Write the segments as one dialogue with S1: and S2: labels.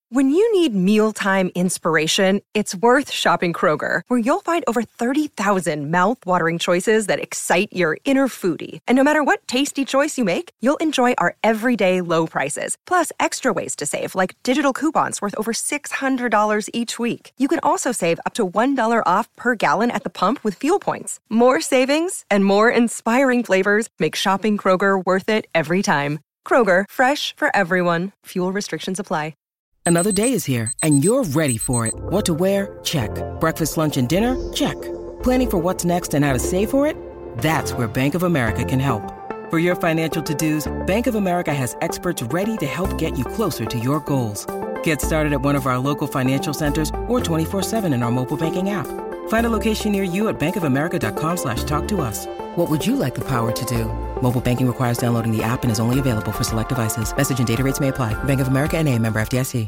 S1: When you need mealtime inspiration, it's worth shopping Kroger, where you'll find over 30,000 mouth-watering choices that excite your inner foodie. And no matter what tasty choice you make, you'll enjoy our everyday low prices, plus extra ways to save, like digital coupons worth over $600 each week. You can also save up to $1 off per gallon at the pump with fuel points. More savings and more inspiring flavors make shopping Kroger worth it every time. Kroger, fresh for everyone. Fuel restrictions apply.
S2: Another day is here, and you're ready for it. What to wear? Check. Breakfast, lunch, and dinner? Check. Planning for what's next and how to save for it? That's where Bank of America can help. For your financial to-dos, Bank of America has experts ready to help get you closer to your goals. Get started at one of our local financial centers or 24/7 in our mobile banking app. Find a location near you at bankofamerica.com/talktous. What would you like the power to do? Mobile banking requires downloading the app and is only available for select devices. Message and data rates may apply. Bank of America N.A., member FDIC.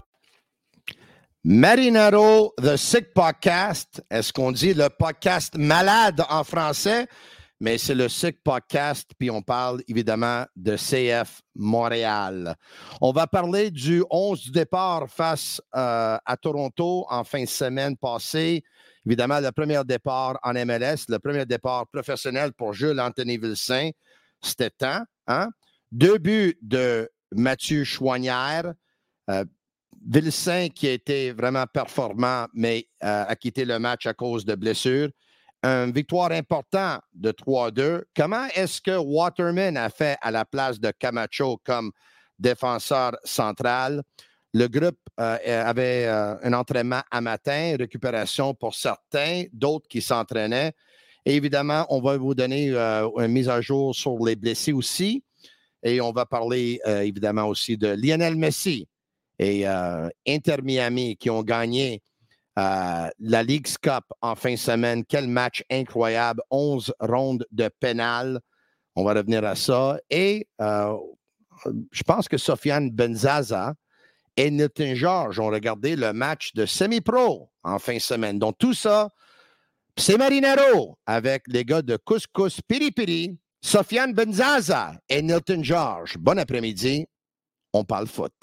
S3: Marinaro, The Sick Podcast. Est-ce qu'on dit le podcast malade en français? Mais c'est le Sick Podcast, puis on parle évidemment de CF Montréal. On va parler du 11 du départ face à Toronto en fin de semaine passée. Évidemment, le premier départ en MLS, le premier départ professionnel pour Jules-Anthony Vilsain. C'était temps, hein? 2 buts de Mathieu Choinière. Vilsain qui a été vraiment performant, mais a quitté le match à cause de blessures. Une victoire importante de 3-2. Comment est-ce que Waterman a fait à la place de Camacho comme défenseur central? Le groupe avait un entraînement à matin, récupération pour certains, d'autres qui s'entraînaient. Et évidemment, on va vous donner une mise à jour sur les blessés aussi. Et on va parler évidemment aussi de Lionel Messi et Inter Miami qui ont gagné la Leagues Cup en fin de semaine. Quel match incroyable. 11 rondes de pénal. On va revenir à ça. Et je pense que Sofiane Benzaza et Nilton George ont regardé le match de semi-pro en fin de semaine. Donc, tout ça, c'est Marinaro avec les gars de Couscous Piri Piri, Sofiane Benzaza et Nilton George. Bon après-midi. On parle foot.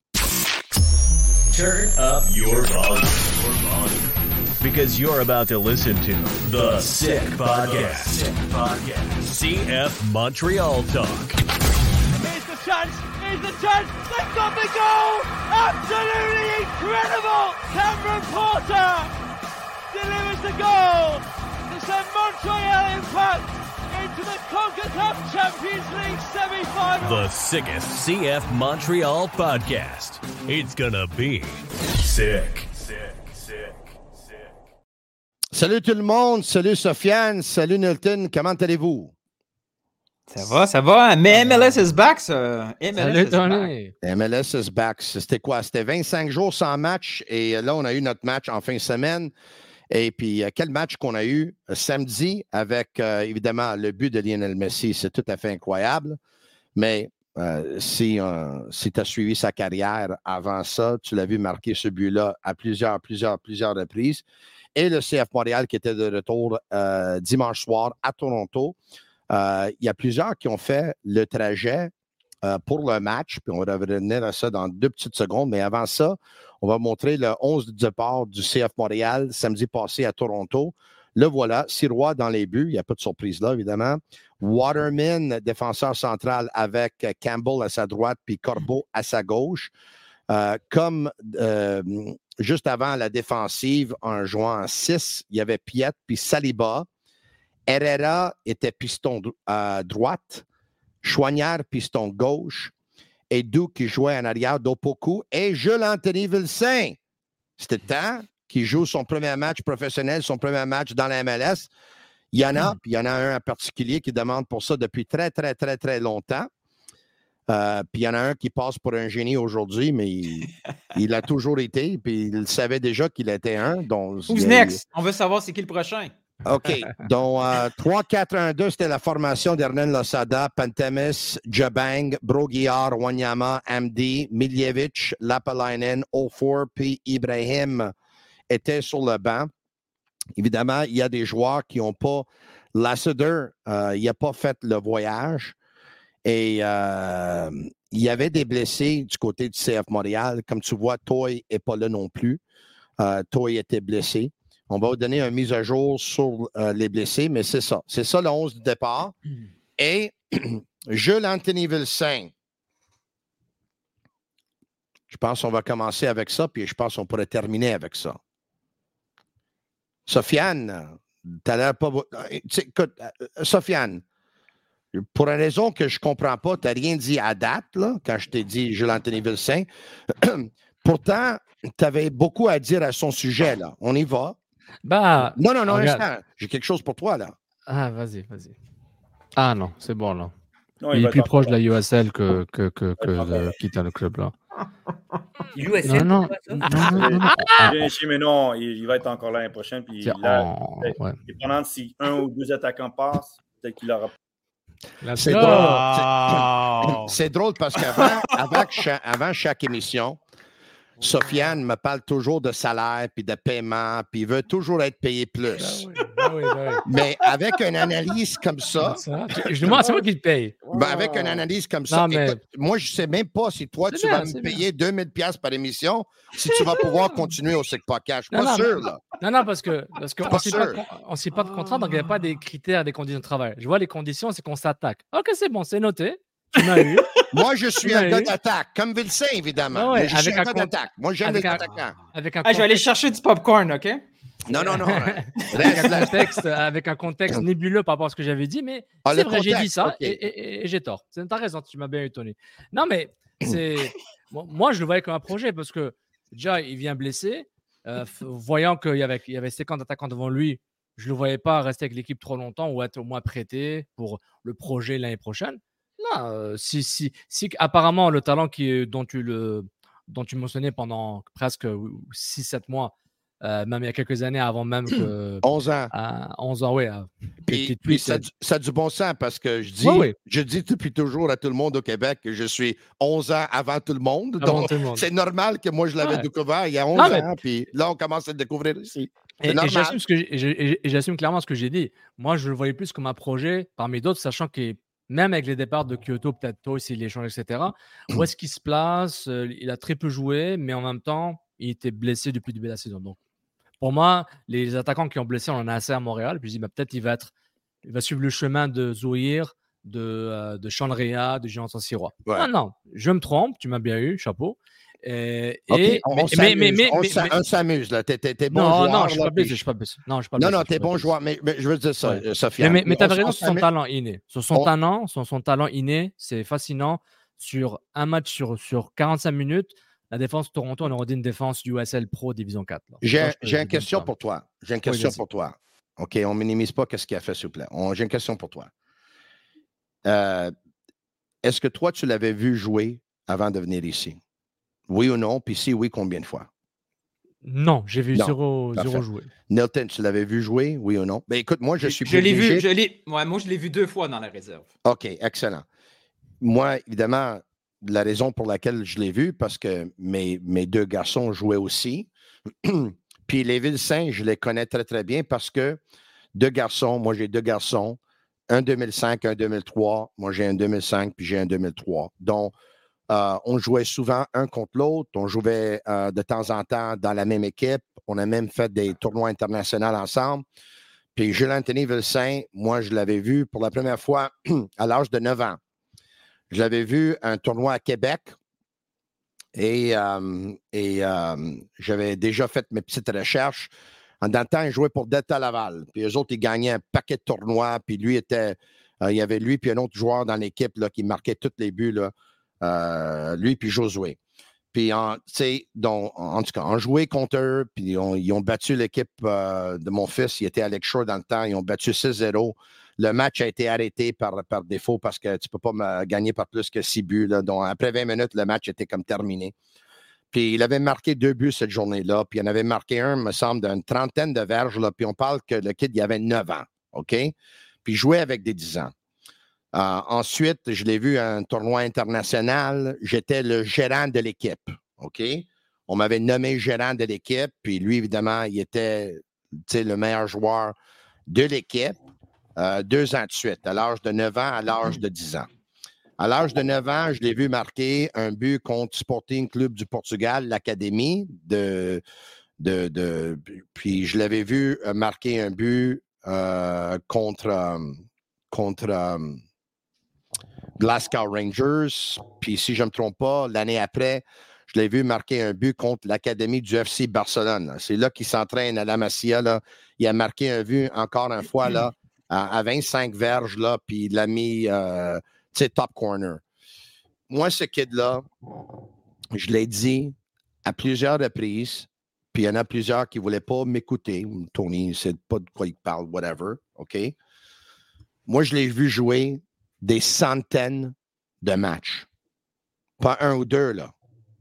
S4: Turn up your volume. Because you're about to listen to The Sick Podcast. CF Montreal Talk.
S5: Here's the chance. They've got the goal. Absolutely incredible. Cameron Porter delivers the goal to send Montreal Impact into the CONCACAF Champions League semi-final.
S4: The sickest CF Montreal podcast. It's gonna be sick.
S3: Salut tout le monde. Salut Sofiane. Salut Nilton. Comment allez-vous?
S6: Ça va. Mais MLS is back, ça.
S7: Salut, Tony.
S3: MLS is back. C'était quoi? C'était 25 jours sans match. Et là, on a eu notre match en fin de semaine. Et puis, quel match qu'on a eu samedi avec, évidemment, le but de Lionel Messi. C'est tout à fait incroyable. Mais si tu as suivi sa carrière avant ça, tu l'as vu marquer ce but-là à plusieurs reprises. Et le CF Montréal qui était de retour dimanche soir à Toronto. Il y a plusieurs qui ont fait le trajet pour le match, puis on va revenir à ça dans 2 petites secondes. Mais avant ça, on va montrer le 11 du départ du CF Montréal samedi passé à Toronto. Le voilà, Sirois dans les buts. Il n'y a pas de surprise là, évidemment. Waterman, défenseur central avec Campbell à sa droite puis Corbeau à sa gauche. Comme juste avant la défensive, en jouant en 6, il y avait Piet puis Saliba. Herrera était piston à droite. Choinière, piston gauche. Et Doux qui jouait en arrière d'Opoku. Et Jules-Anthony Vilsain. C'était temps qu'il joue son premier match professionnel, son premier match dans la MLS. Il y en a, puis il y en a un en particulier qui demande pour ça depuis très, très, très, très longtemps. Puis il y en a un qui passe pour un génie aujourd'hui, mais il a toujours été, puis il savait déjà qu'il était un. Donc,
S6: who's next? On veut savoir c'est qui le prochain.
S3: OK. Donc, 3-4-1-2, c'était la formation d'Hernan Losada, Pantemis, Jabang, Broguillard, Wanyama, Amdi, Miljevic, Lapalainen, Ofor, puis Ibrahim étaient sur le banc. Évidemment, il y a des joueurs qui n'ont pas... Lassiter, il n'a pas fait le voyage. Et il y avait des blessés du côté du CF Montréal. Comme tu vois, Toy n'est pas là non plus. Toy était blessé. On va vous donner une mise à jour sur les blessés, mais c'est ça. C'est ça le 11 du départ. Et Jules Anthony Vilsaint. Je pense qu'on va commencer avec ça, puis je pense qu'on pourrait terminer avec ça. Sofiane, tu n'as l'air pas... Écoute, Sofiane, pour une raison que je ne comprends pas, tu n'as rien dit à date, là, quand je t'ai dit Jules Anthony Vilsaint. Pourtant, tu avais beaucoup à dire à son sujet, là. On y va.
S7: Bah,
S3: non, instant. J'ai quelque chose pour toi, là.
S7: Ah, vas-y. Ah non, c'est bon, là.
S8: Non,
S7: il est plus proche de la USL que de quitter le club, là.
S9: USL,
S7: non.
S8: Mais non, il va être encore là l'année prochaine. Puis là, dépendant si un ou deux attaquants passent, peut-être qu'il aura.
S3: C'est drôle. C'est drôle parce avant chaque émission, Sofiane me parle toujours de salaire puis de paiement, puis il veut toujours être payé plus.
S7: Oui.
S3: Mais avec une analyse comme ça...
S7: Je demande, c'est moi qui le paye.
S3: Avec une analyse comme ça, écoute, moi, je ne sais même pas si toi, tu vas me payer 2000$ par émission, si tu vas pouvoir continuer au Sick Podcast. Je suis pas sûr, là.
S7: Non, parce qu'on ne sait pas de contrat, donc il n'y a pas des critères, des conditions de travail. Je vois les conditions, c'est qu'on s'attaque. OK, c'est bon, c'est noté. Tu m'as eu.
S3: Moi, je suis un gars d'attaque, comme Vilsaint, évidemment. Mais je suis un gars d'attaque. Moi, j'aime les attaquants.
S6: Je vais aller chercher du popcorn, OK?
S3: Non.
S7: Avec un contexte nébuleux par rapport à ce que j'avais dit, mais c'est vrai, j'ai dit ça et j'ai tort. Tu as raison, tu m'as bien étonné. Non, mais moi, je le voyais comme un projet parce que déjà, il vient blessé. Voyant qu'il y avait 50 attaquants devant lui, je ne le voyais pas rester avec l'équipe trop longtemps ou être au moins prêté pour le projet l'année prochaine. Non, si apparemment le talent dont tu mentionnais pendant presque 6-7 mois, même il y a quelques années avant même que
S3: 11 ans.
S7: 11 ans, oui.
S3: Puis ça a du bon sens parce que je dis depuis toujours à tout le monde au Québec que je suis 11 ans avant tout le monde. Donc, c'est normal que moi, je l'avais découvert il y a 11 ans. Puis là, on commence à le découvrir ici.
S7: Et j'assume clairement ce que j'ai dit. Moi, je le voyais plus comme un projet parmi d'autres, sachant que même avec les départs de Kyoto, peut-être toi aussi, les change, etc., où est-ce qu'il se place? Il a très peu joué, mais en même temps, il était blessé depuis le début de la saison. Donc, pour moi, les attaquants qui ont blessé, on en a assez à Montréal. Puis je dis, peut-être il va suivre le chemin de Zouhir, de Chandrea, de Jean Sansiro. Ouais. Non, je me trompe. Tu m'as bien eu, chapeau.
S3: On s'amuse, là. T'es bon joueur.
S7: Non, je suis pas blessé. Non,
S3: t'es bon joueur, mais je veux dire ça, Sofiane.
S7: Mais tu as raison sur son talent inné. Sur son talent inné, c'est fascinant. Sur un match sur 45 minutes, la défense Toronto, on aurait dit une défense USL Pro Division 4.
S3: J'ai une question pour toi. OK, on ne minimise pas ce qu'il a fait, s'il vous plaît. J'ai une question pour toi. Est-ce que toi, tu l'avais vu jouer avant de venir ici? Oui ou non? Puis si oui, combien de fois?
S7: Non, j'ai vu zéro jouer.
S3: Nilton, tu l'avais vu jouer? Oui ou non? Ben écoute, moi, je suis
S6: privilégié. Moi, je l'ai vu 2 fois dans la réserve.
S3: OK, excellent. Moi, évidemment, la raison pour laquelle je l'ai vu, parce que mes 2 garçons jouaient aussi. Puis les Vilsaint, je les connais très, très bien parce que 2 garçons, moi, j'ai 2 garçons, un 2005, un 2003. Moi, j'ai un 2005, puis j'ai un 2003. Donc, on jouait souvent un contre l'autre. On jouait de temps en temps dans la même équipe. On a même fait des tournois internationaux ensemble. Puis Jules Anthony Vilsaint, moi, je l'avais vu pour la première fois à l'âge de 9 ans. Je l'avais vu à un tournoi à Québec et j'avais déjà fait mes petites recherches. En dans le temps, il jouait pour Delta Laval. Puis eux autres, ils gagnaient un paquet de tournois. Puis lui il y avait lui puis un autre joueur dans l'équipe là, qui marquait tous les buts. Là. Lui puis Josué. Puis, en tout cas, on jouait contre eux, puis ils ont battu l'équipe de mon fils. Il était à Lakeshore dans le temps. Ils ont battu 6-0. Le match a été arrêté par défaut parce que tu ne peux pas gagner par plus que 6 buts. Là. Donc, après 20 minutes, le match était comme terminé. Puis, il avait marqué 2 buts cette journée-là. Puis, il en avait marqué un, me semble, d'une trentaine de verges. Là. Puis, on parle que le kid, il avait 9 ans. OK? Puis, il jouait avec des 10 ans. Ensuite, je l'ai vu à un tournoi international. J'étais le gérant de l'équipe. OK? On m'avait nommé gérant de l'équipe. Puis lui, évidemment, il était le meilleur joueur de l'équipe 2 ans de suite, à l'âge de 9 ans, à l'âge de 10 ans. À l'âge de 9 ans, je l'ai vu marquer un but contre Sporting Club du Portugal, l'Académie. Puis je l'avais vu marquer un but contre Glasgow Rangers. Puis si je ne me trompe pas, l'année après, je l'ai vu marquer un but contre l'Académie du FC Barcelone. C'est là qu'il s'entraîne à la Masia. Là. Il a marqué un but encore une fois là, à 25 verges, là, puis il l'a mis top corner. Moi, ce kid-là, je l'ai dit à plusieurs reprises, puis il y en a plusieurs qui ne voulaient pas m'écouter. Tony ne sait pas de quoi il parle, whatever, OK? Moi, je l'ai vu jouer des centaines de matchs. Pas un ou deux, là.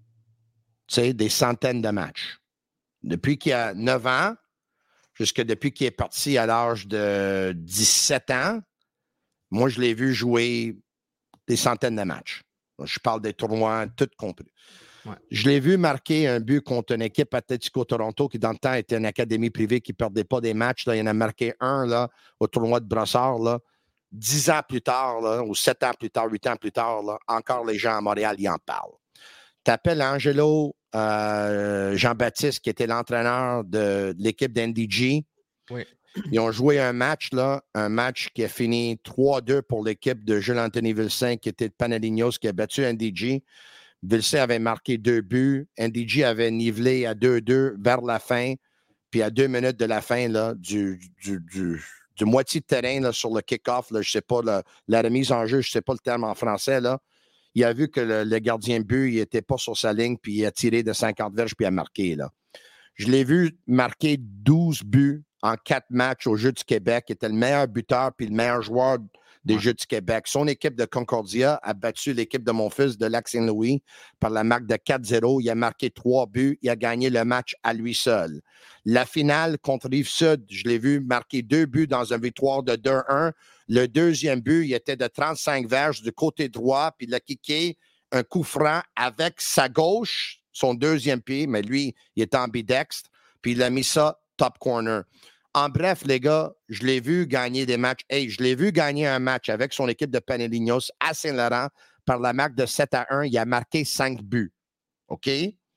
S3: Tu sais, des centaines de matchs. Depuis qu'il a 9 ans, jusqu'à depuis qu'il est parti à l'âge de 17 ans, moi, je l'ai vu jouer des centaines de matchs. Je parle des tournois, tout compris. Ouais. Je l'ai vu marquer un but contre une équipe Atletico Toronto qui, dans le temps, était une académie privée qui ne perdait pas des matchs. Là, il en a marqué un là, au tournoi de Brossard. Là. 10 ans plus tard, là, ou 7 ans plus tard, 8 ans plus tard, là, encore les gens à Montréal, ils en parlent. Tu appelles Angelo Jean-Baptiste, qui était l'entraîneur de l'équipe d'NDG. Oui. Ils ont joué un match qui a fini 3-2 pour l'équipe de Jules-Anthony Vilsaint, qui était de Panalignos, qui a battu NDG. Vilsaint avait marqué 2 buts. NDG avait nivelé à 2-2 vers la fin. Puis à 2 minutes de la fin là, du moitié de terrain là, sur le kick-off, là, je ne sais pas, la remise en jeu, je ne sais pas le terme en français, là. Il a vu que le gardien de but, il n'était pas sur sa ligne, puis il a tiré de 50 verges, puis il a marqué. Là. Je l'ai vu marquer 12 buts en 4 matchs aux Jeux du Québec. Il était le meilleur buteur puis le meilleur joueur des Jeux du Québec. Son équipe de Concordia a battu l'équipe de mon fils de Lac-Saint-Louis par la marque de 4-0. Il a marqué 3 buts. Il a gagné le match à lui seul. La finale contre Rive-Sud, je l'ai vu marquer 2 buts dans une victoire de 2-1. Le deuxième but, il était de 35 verges du côté droit, puis il a kické un coup franc avec sa gauche, son deuxième pied, mais lui, il est ambidextre, puis il a mis ça top corner. En bref, les gars, je l'ai vu gagner des matchs. Hey, je l'ai vu gagner un match avec son équipe de Panalignos à Saint-Laurent par la marque de 7-1. Il a marqué 5 buts. OK?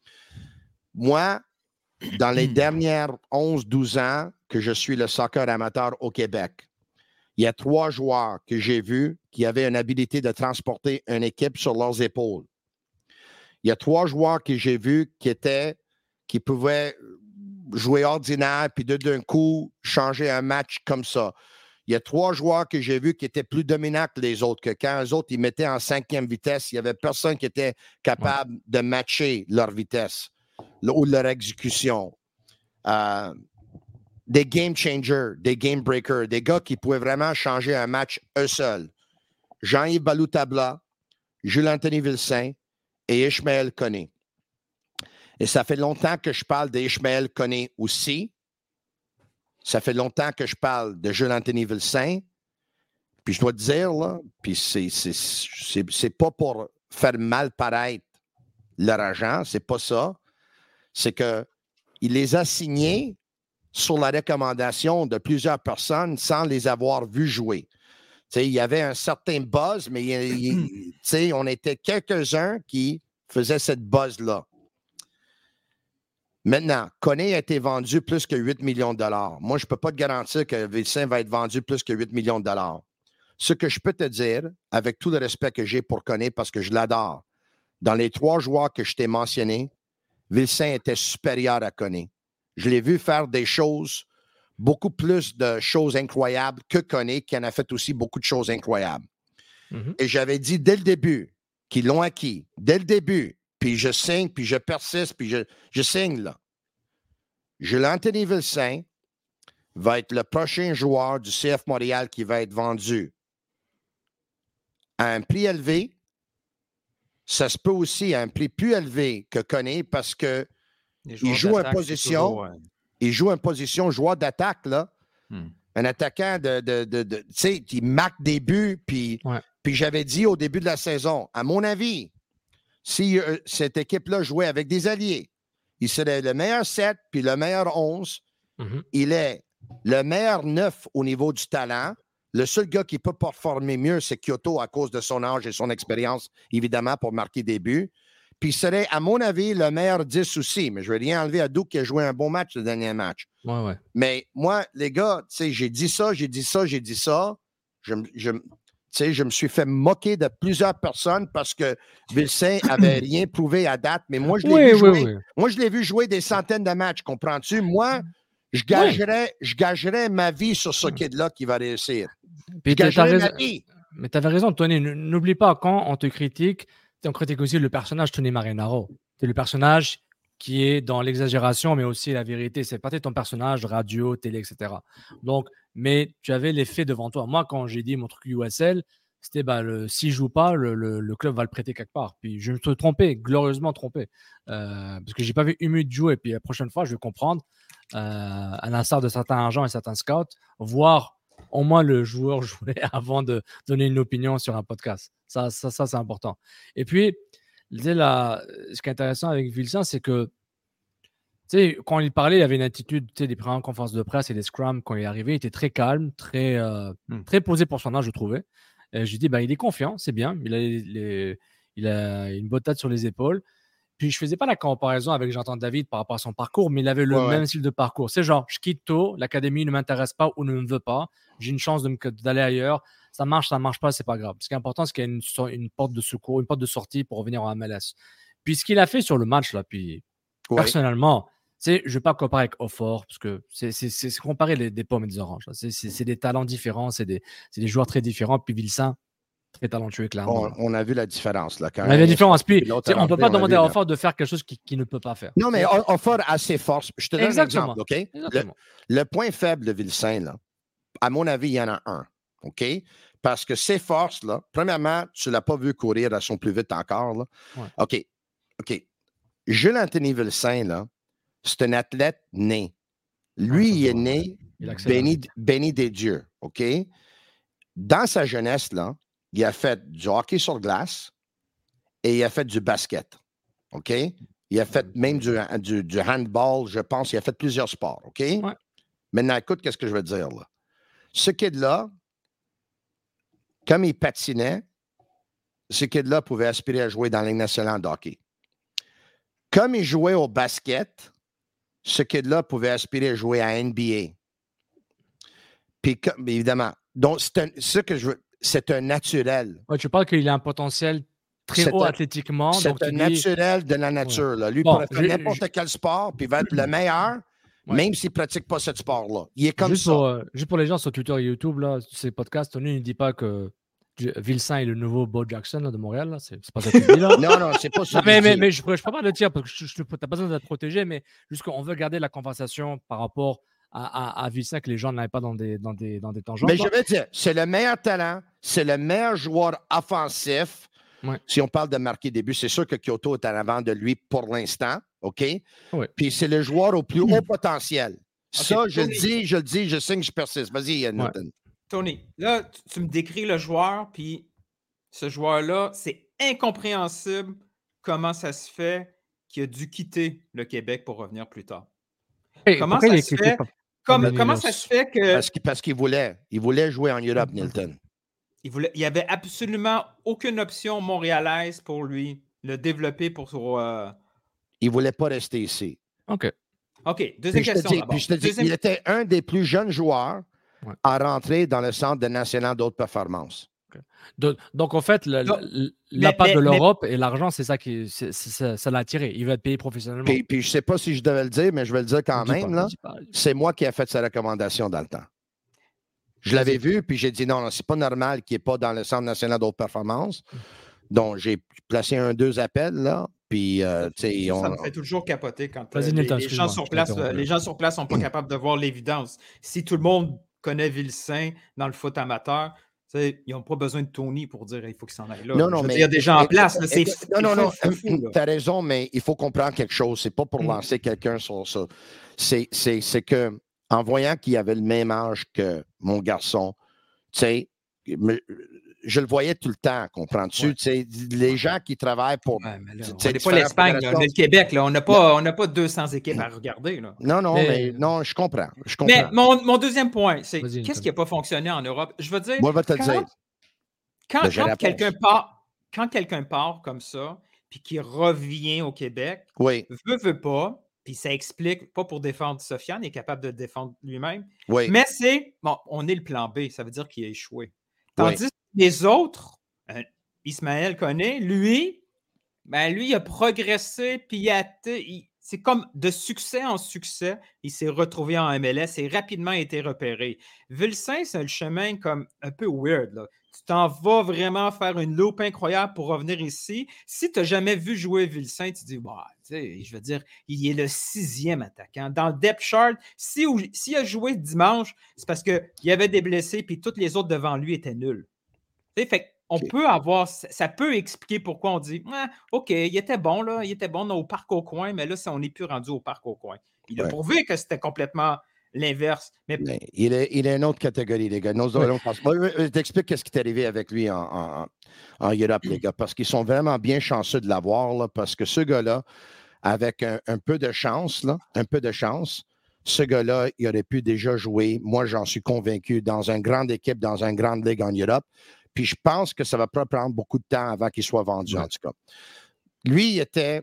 S3: Moi, dans les dernières 11-12 ans que je suis le soccer amateur au Québec, il y a 3 joueurs que j'ai vus qui avaient une habilité de transporter une équipe sur leurs épaules. Il y a 3 joueurs que j'ai vus qui pouvaient jouer ordinaire, puis d'un coup, changer un match comme ça. Il y a 3 joueurs que j'ai vus qui étaient plus dominants que les autres, que quand eux autres, ils mettaient en 5e vitesse, il n'y avait personne qui était capable de matcher leur vitesse ou leur exécution. Des game changers, des game breakers, des gars qui pouvaient vraiment changer un match eux seuls. Jean-Yves Ballou-Tabla, Jules-Anthony Vilsaint et Ishmael Koné. Et ça fait longtemps que je parle d'Ishmael Koné aussi. Ça fait longtemps que je parle de Jules-Anthony Vilsaint. Puis je dois te dire, là, puis c'est pas pour faire mal paraître leur agent, c'est pas ça. C'est qu'il les a signés sur la recommandation de plusieurs personnes sans les avoir vus jouer. T'sais, il y avait un certain buzz, mais on était quelques-uns qui faisaient cette buzz-là. Maintenant, Koné a été vendu plus que 8 millions de dollars. Moi, je ne peux pas te garantir que Vilsaint va être vendu plus que 8 millions de dollars. Ce que je peux te dire, avec tout le respect que j'ai pour Koné, parce que je l'adore, dans les 3 joueurs que je t'ai mentionnés, Vilsaint était supérieur à Koné. Je l'ai vu faire des choses, beaucoup plus de choses incroyables que Koné, qui en a fait aussi beaucoup de choses incroyables. Mm-hmm. Et j'avais dit dès le début qu'ils l'ont acquis, dès le début, puis je signe, puis je persiste, puis je signe là. Jules-Anthony Vilsaint va être le prochain joueur du CF Montréal qui va être vendu à un prix élevé. Ça se peut aussi à un prix plus élevé que Koné parce que il joue en position. Il joue en position joueur d'attaque, là. Un attaquant tu sais, qui marque des buts. Puis j'avais dit au début de la saison, à mon avis, si cette équipe-là jouait avec des alliés, il serait le meilleur 7 puis le meilleur 11. Mm-hmm. Il est le meilleur 9 au niveau du talent. Le seul gars qui peut performer mieux, c'est Kyoto à cause de son âge et son expérience, évidemment, pour marquer des buts. Puis il serait, à mon avis, le meilleur 10 aussi. Mais je ne vais rien enlever à Duke qui a joué un bon match le dernier match.
S7: Ouais.
S3: Mais moi, les gars, j'ai dit ça. Je me suis fait moquer de plusieurs personnes parce que Vilsaint n'avait rien prouvé à date. Mais moi, je l'ai vu jouer. Oui. Moi, je l'ai vu jouer des centaines de matchs, comprends-tu? Moi, je gagerais ma vie sur ce kid-là qui va réussir.
S7: Puis je gagerais ma vie. Mais tu avais raison, Tony. N'oublie pas, quand on te critique, on critique aussi le personnage Tony Marinaro. C'est le personnage qui est dans l'exagération, mais aussi la vérité. C'est pas ton personnage radio, télé, etc. Donc, mais tu avais les faits devant toi. Moi, quand j'ai dit mon truc USL, c'était s'il ne joue pas, le club va le prêter quelque part. Puis je me suis trompé, glorieusement trompé. Parce que je n'ai pas vu Humud jouer. Puis la prochaine fois, je vais comprendre, à l'instar de certains agents et certains scouts, voir au moins le joueur jouer avant de donner une opinion sur un podcast. Ça c'est important. Et puis, ce qui est intéressant avec Vilsaint, c'est que quand il parlait, il avait une attitude, des premières conférences de presse et des scrums, quand il est arrivé, il était très calme, très posé pour son âge, je trouvais. Et je lui dis, il est confiant, c'est bien. Il a une bonne tête sur les épaules. Puis je ne faisais pas la comparaison avec Jonathan David par rapport à son parcours, mais il avait le même style de parcours. C'est genre, je quitte tôt, l'académie ne m'intéresse pas ou ne me veut pas, j'ai une chance d'aller ailleurs. Ça marche pas, c'est pas grave. Ce qui est important, c'est qu'il y a une porte de secours, une porte de sortie pour revenir en MLS. Puis ce qu'il a fait sur le match, là, puis personnellement, je ne vais pas comparer avec Offort, parce que c'est comparer des pommes et des oranges. C'est des talents différents, c'est des joueurs très différents. Puis Vilsaint, très talentueux, clairement.
S3: On a vu la différence. Là,
S7: on a vu la différence. Puis, on ne peut pas demander à Offort de faire quelque chose qu'il ne peut pas faire.
S3: Non, mais Offort a ses forces. Je te donne un exemple, OK? Le point faible de Vilsaint, là, à mon avis, il y en a un, OK? Parce que ses forces, là, premièrement, tu ne l'as pas vu courir à son plus vite encore. Là. Ouais. OK. Jules-Anthony Vilsaint, là, c'est un athlète né. Lui, il est né béni des dieux, OK? Dans sa jeunesse, là, il a fait du hockey sur glace et il a fait du basket, OK? Il a fait même du handball, je pense. Il a fait plusieurs sports, OK? Ouais. Maintenant, écoute, qu'est-ce que je veux dire, là? Ce kid-là, comme il patinait, ce kid-là pouvait aspirer à jouer dans la Ligue nationale de hockey. Comme il jouait au basket, ce kid-là pouvait aspirer à jouer à NBA. Puis, évidemment, donc, c'est un naturel.
S7: Ouais, tu parles qu'il a un potentiel très haut athlétiquement.
S3: C'est un naturel de la nature. Là. Lui, il pourrait faire n'importe quel sport, puis il va être le meilleur, même s'il ne pratique pas ce sport-là. Il est comme ça.
S7: Juste pour les gens sur Twitter et YouTube, là, ces podcasts, Tony ne dit pas que Vilsaint est le nouveau Bo Jackson là, de Montréal. Là. C'est pas ça que tu dis. Là.
S3: non, c'est pas ça.
S7: Mais je ne peux pas le dire parce que tu n'as pas besoin d'être protégé, mais juste qu'on veut garder la conversation par rapport à Vilsaint, que les gens n'aillent pas dans des tangents.
S3: Mais je veux dire, c'est le meilleur talent, c'est le meilleur joueur offensif. Ouais. Si on parle de marquer des buts, c'est sûr que Kyoto est en avant de lui pour l'instant, OK? Oui. Puis c'est le joueur au plus haut potentiel. Okay. Ça, je le dis, je signe, je persiste. Vas-y, Nathan. Ouais.
S6: Tony, là, tu me décris le joueur, puis ce joueur-là, c'est incompréhensible comment ça se fait qu'il a dû quitter le Québec pour revenir plus tard.
S7: Hey, comment ça se fait?
S6: Comment ça se fait que...
S3: Parce qu'il voulait jouer en Europe, Nilton.
S6: Il n'y avait absolument aucune option montréalaise pour lui, le développer pour son...
S3: Il ne voulait pas rester ici.
S7: OK.
S6: Deuxième question.
S3: Puis je te dis, il était un des plus jeunes joueurs à rentrer dans le centre national d'haute performance.
S7: Okay. Donc, en fait, l'appât de l'Europe et l'argent, c'est ça qui ça l'a attiré. Il veut être payé professionnellement.
S3: Puis je ne sais pas si je devais le dire, mais je vais le dire quand même. Là, c'est moi qui ai fait sa recommandation dans le temps. Je l'avais vu, puis j'ai dit non, c'est pas normal qu'il n'est pas dans le centre national d'haute performance. Donc, j'ai placé 2 appels, là. Puis,
S6: ça me fait toujours capoter quand les gens sur place ne sont pas capables de voir l'évidence. Si tout le monde connaît Vilsaint dans le foot amateur, ils n'ont pas besoin de Tony pour dire il faut qu'il s'en aille là.
S3: Non, mais
S6: il y a des gens en place.
S3: Non, tu as raison, mais il faut comprendre quelque chose. C'est pas pour lancer quelqu'un sur ça. C'est que en voyant qu'il avait le même âge que mon garçon, tu sais, je le voyais tout le temps, comprends-tu? Ouais. Les gens qui travaillent pour...
S6: Ouais, on n'est pas l'Espagne, on est le Québec. Là. On n'a pas 200 équipes à regarder. Là.
S3: Non, je comprends.
S6: Mais mon deuxième point, c'est qu'est-ce qui n'a pas fonctionné en Europe? Je veux dire...
S3: Moi, je vais te le dire.
S6: Quand quelqu'un part comme ça, puis qui revient au Québec, veut pas, puis ça explique, pas pour défendre Sofiane, il est capable de défendre lui-même, mais c'est, on est le plan B, ça veut dire qu'il a échoué. Tandis que les autres, Ismaël connaît, lui, il a progressé, puis c'est comme de succès en succès, il s'est retrouvé en MLS et rapidement été repéré. Vulsin, c'est le chemin comme un peu weird, là. Tu t'en vas vraiment faire une loupe incroyable pour revenir ici. Si tu n'as jamais vu jouer Vulsin, tu te dis, je veux dire, il est le 6e attaquant. Dans le depth chart, s'il a joué dimanche, c'est parce qu'il y avait des blessés puis tous les autres devant lui étaient nuls. Fait on peut avoir, ça peut expliquer pourquoi on dit, OK, il était bon au parc au coin, mais là, on n'est plus rendu au parc au coin. Il a prouvé que c'était complètement l'inverse. Mais...
S3: Il est une autre catégorie, les gars. Je t'explique ce qui est arrivé avec lui en Europe, les gars, parce qu'ils sont vraiment bien chanceux de l'avoir, là, parce que ce gars-là, avec un peu de chance, ce gars-là, il aurait pu déjà jouer, moi j'en suis convaincu, dans une grande équipe, dans une grande ligue en Europe. Puis je pense que ça va pas prendre beaucoup de temps avant qu'il soit vendu, en tout cas. Lui, il était...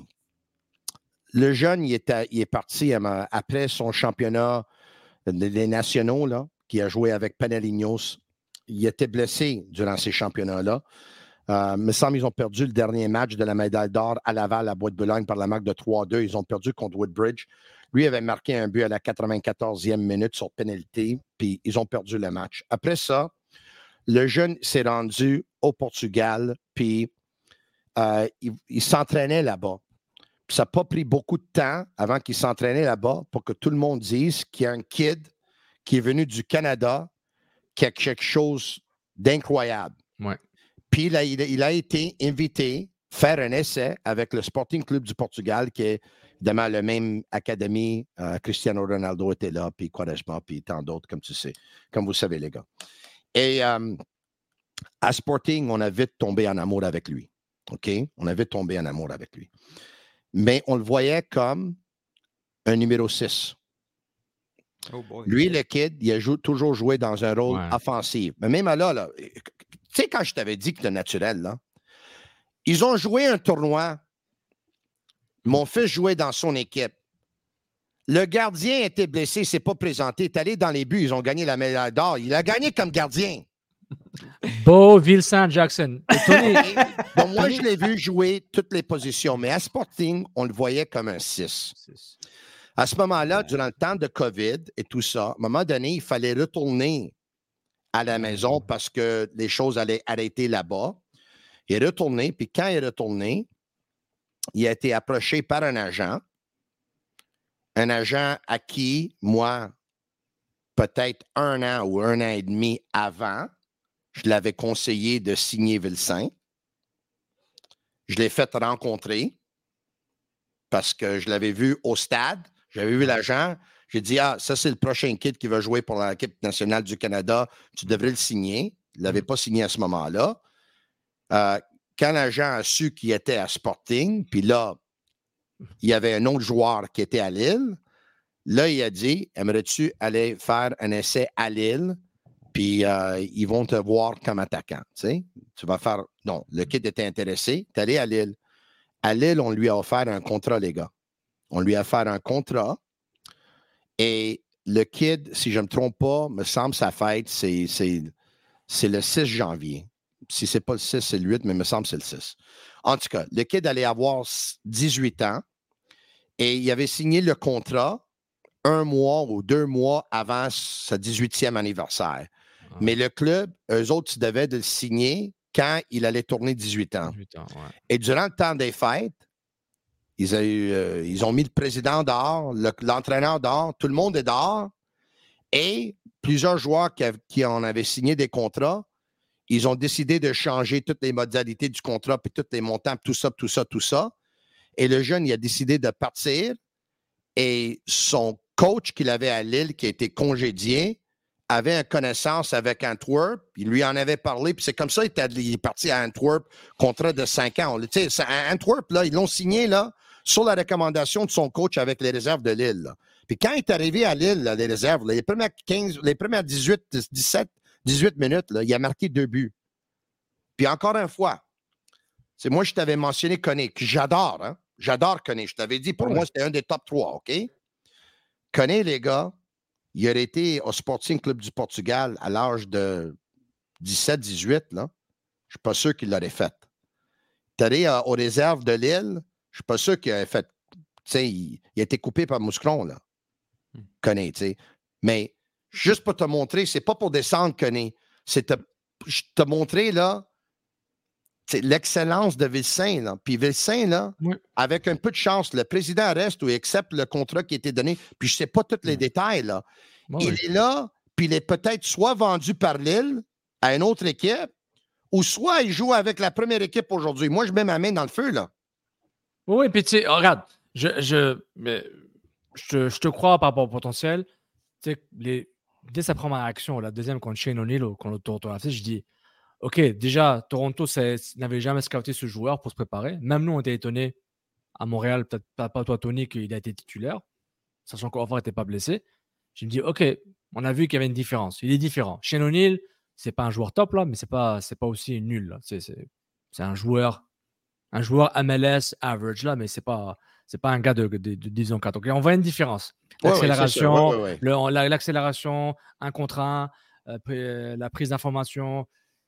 S3: Le jeune, il est parti après son championnat des nationaux, là, qui a joué avec Panellinhos. Il était blessé durant ces championnats-là. Il me semble qu'ils ont perdu le dernier match de la médaille d'or à Laval, à Bois-de-Boulogne, par la marque de 3-2. Ils ont perdu contre Woodbridge. Lui avait marqué un but à la 94e minute sur pénalité, puis ils ont perdu le match. Après ça, le jeune s'est rendu au Portugal, puis il s'entraînait là-bas. Puis ça n'a pas pris beaucoup de temps avant qu'il s'entraînait là-bas pour que tout le monde dise qu'il y a un kid qui est venu du Canada qui a quelque chose d'incroyable.
S7: Ouais.
S3: Puis là, il a été invité à faire un essai avec le Sporting Club du Portugal, qui est évidemment la même académie. Cristiano Ronaldo était là, puis Quaresma, puis tant d'autres, comme vous savez, les gars. Et à Sporting, on a vite tombé en amour avec lui. OK? On a vite tombé en amour avec lui. Mais on le voyait comme un numéro 6.
S6: Oh boy.
S3: Lui, le kid, il a toujours joué dans un rôle offensif. Mais même là, tu sais, quand je t'avais dit que c'était naturel, là, ils ont joué un tournoi. Mon fils jouait dans son équipe. Le gardien était blessé, il ne s'est pas présenté. Il est allé dans les buts, ils ont gagné la médaille d'or. Il a gagné comme gardien.
S7: Beau Vilsan Jackson.
S3: Donc, moi, je l'ai vu jouer toutes les positions, mais à Sporting, on le voyait comme un 6. À ce moment-là, durant le temps de COVID et tout ça, à un moment donné, il fallait retourner à la maison parce que les choses allaient arrêter là-bas. Il est retourné, puis quand il est retourné, il a été approché par un agent à qui, moi, peut-être 1 an ou 1 an et demi avant, je l'avais conseillé de signer Vilsaint. Je l'ai fait rencontrer parce que je l'avais vu au stade. J'avais vu l'agent. J'ai dit, ça, c'est le prochain kid qui va jouer pour l'équipe nationale du Canada. Tu devrais le signer. Il ne l'avait pas signé à ce moment-là. Quand l'agent a su qu'il était à Sporting, puis là, il y avait un autre joueur qui était à Lille. Là, il a dit, aimerais-tu aller faire un essai à Lille? Puis ils vont te voir comme attaquant. Tu vas faire... Non, le kid était intéressé. Tu es allé à Lille. À Lille, on lui a offert un contrat, les gars. On lui a offert un contrat. Et le kid, si je ne me trompe pas, me semble sa fête, c'est le 6 janvier. Si ce n'est pas le 6, c'est le 8, mais me semble que c'est le 6. En tout cas, le kid allait avoir 18 ans et il avait signé le contrat 1 mois ou 2 mois avant sa 18e anniversaire. Mais le club, eux autres, ils devaient de le signer quand il allait tourner 18 ans. Et durant le temps des fêtes, ils ont mis le président dehors, l'entraîneur dehors, tout le monde est dehors. Et plusieurs joueurs qui en avaient signé des contrats, ils ont décidé de changer toutes les modalités du contrat, puis tous les montants, tout ça. Et le jeune, il a décidé de partir. Et son coach qu'il avait à Lille, qui a été congédié, avait une connaissance avec Antwerp. Il lui en avait parlé. Puis c'est comme ça qu'il est parti à Antwerp, contrat de 5 ans. Tu sais, Antwerp, là, ils l'ont signé là, sur la recommandation de son coach avec les réserves de Lille. Là. Puis quand il est arrivé à Lille, là, les réserves, là, les premières 18 minutes, là, il a marqué 2 buts. Puis encore une fois, c'est moi, je t'avais mentionné Koné, que j'adore. Hein? J'adore Koné. Je t'avais dit, pour moi, c'était un des top 3, OK? Koné, les gars, il aurait été au Sporting Club du Portugal à l'âge de 17-18, là. Je ne suis pas sûr qu'il l'aurait fait. Tu allé aux réserves de Lille, je ne suis pas sûr qu'il aurait fait. Tu sais, il a été coupé par Mouscron, là. Koné, tu sais. Mais juste pour te montrer, c'est pas pour descendre Koné. C'est te montrer, là, c'est l'excellence de Vilsaint, là. Puis Vilsaint, là, avec un peu de chance, le président reste ou il accepte le contrat qui a été donné. Puis je ne sais pas tous les détails, là. Il est là, puis il est peut-être soit vendu par Lille à une autre équipe, ou soit il joue avec la première équipe aujourd'hui. Moi, je mets ma main dans le feu, là.
S7: Oui, puis tu sais, regarde, je te crois par rapport au potentiel. Tu sais, dès sa première action, la deuxième contre Shane O'Neill, contre le Toronto FC, je dis OK, déjà, Toronto n'avait jamais scouté ce joueur pour se préparer. Même nous, on était étonnés à Montréal, peut-être pas toi, Tony, qu'il a été titulaire, sachant qu'Hofer n'était pas blessé. Je me dis OK, on a vu qu'il y avait une différence. Il est différent. Shane O'Neill, c'est pas un joueur top, là, mais c'est pas aussi nul. Là. C'est un joueur MLS average, là, mais c'est pas un gars de disons 4. Donc, on voit une différence. L'accélération, l'accélération, 1 contre 1, la prise d'information,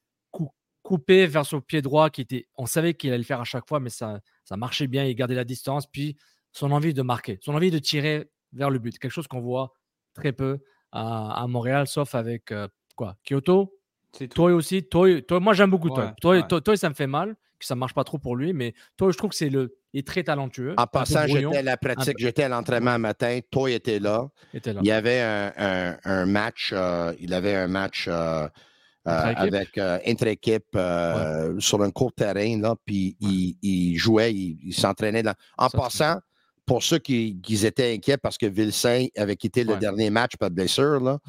S7: coupé vers son pied droit, on savait qu'il allait le faire à chaque fois, mais ça marchait bien, il gardait la distance, puis son envie de marquer, son envie de tirer vers le but, quelque chose qu'on voit très peu à Montréal, sauf avec Kyoto, Toy aussi. Toy, moi j'aime beaucoup Toy. Toy, ça me fait mal que ça ne marche pas trop pour lui, mais Toy, je trouve que il est très talentueux.
S3: En passant, j'étais à la pratique, j'étais à l'entraînement un matin, Toy était là. Il y avait un match, avec intra-équipe sur un court terrain, là, puis il jouait, il s'entraînait. En passant, pour ceux qui étaient inquiets parce que Vilsaint avait quitté le dernier match par blessure, là,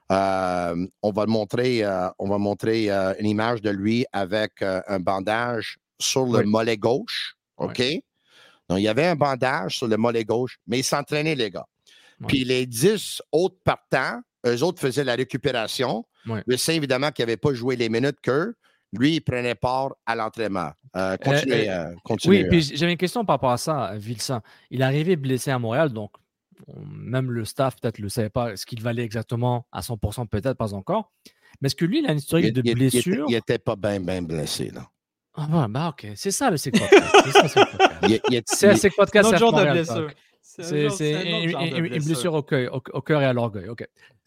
S3: on va montrer une image de lui avec un bandage sur le mollet gauche. OK? Donc, il y avait un bandage sur le mollet gauche, mais il s'entraînait, les gars. Puis les 10 autres partants, eux autres faisaient la récupération. Vilsaint, évidemment, qui n'avait pas joué les minutes qu'eux, lui, il prenait part à l'entraînement. Continuez.
S7: Oui, puis j'avais une question par rapport à ça, Vilsaint. Il est arrivé blessé à Montréal, donc même le staff peut-être ne le savait pas ce qu'il valait exactement à 100%, peut-être pas encore. Mais est-ce que lui, il a une historique de blessure?
S3: Il n'était pas bien blessé, là.
S7: Ah, OK. C'est ça, le Sick Podcast. C'est un Sick Podcast.
S6: C'est un genre de blessure.
S7: C'est une blessure au cœur et à l'orgueil. OK.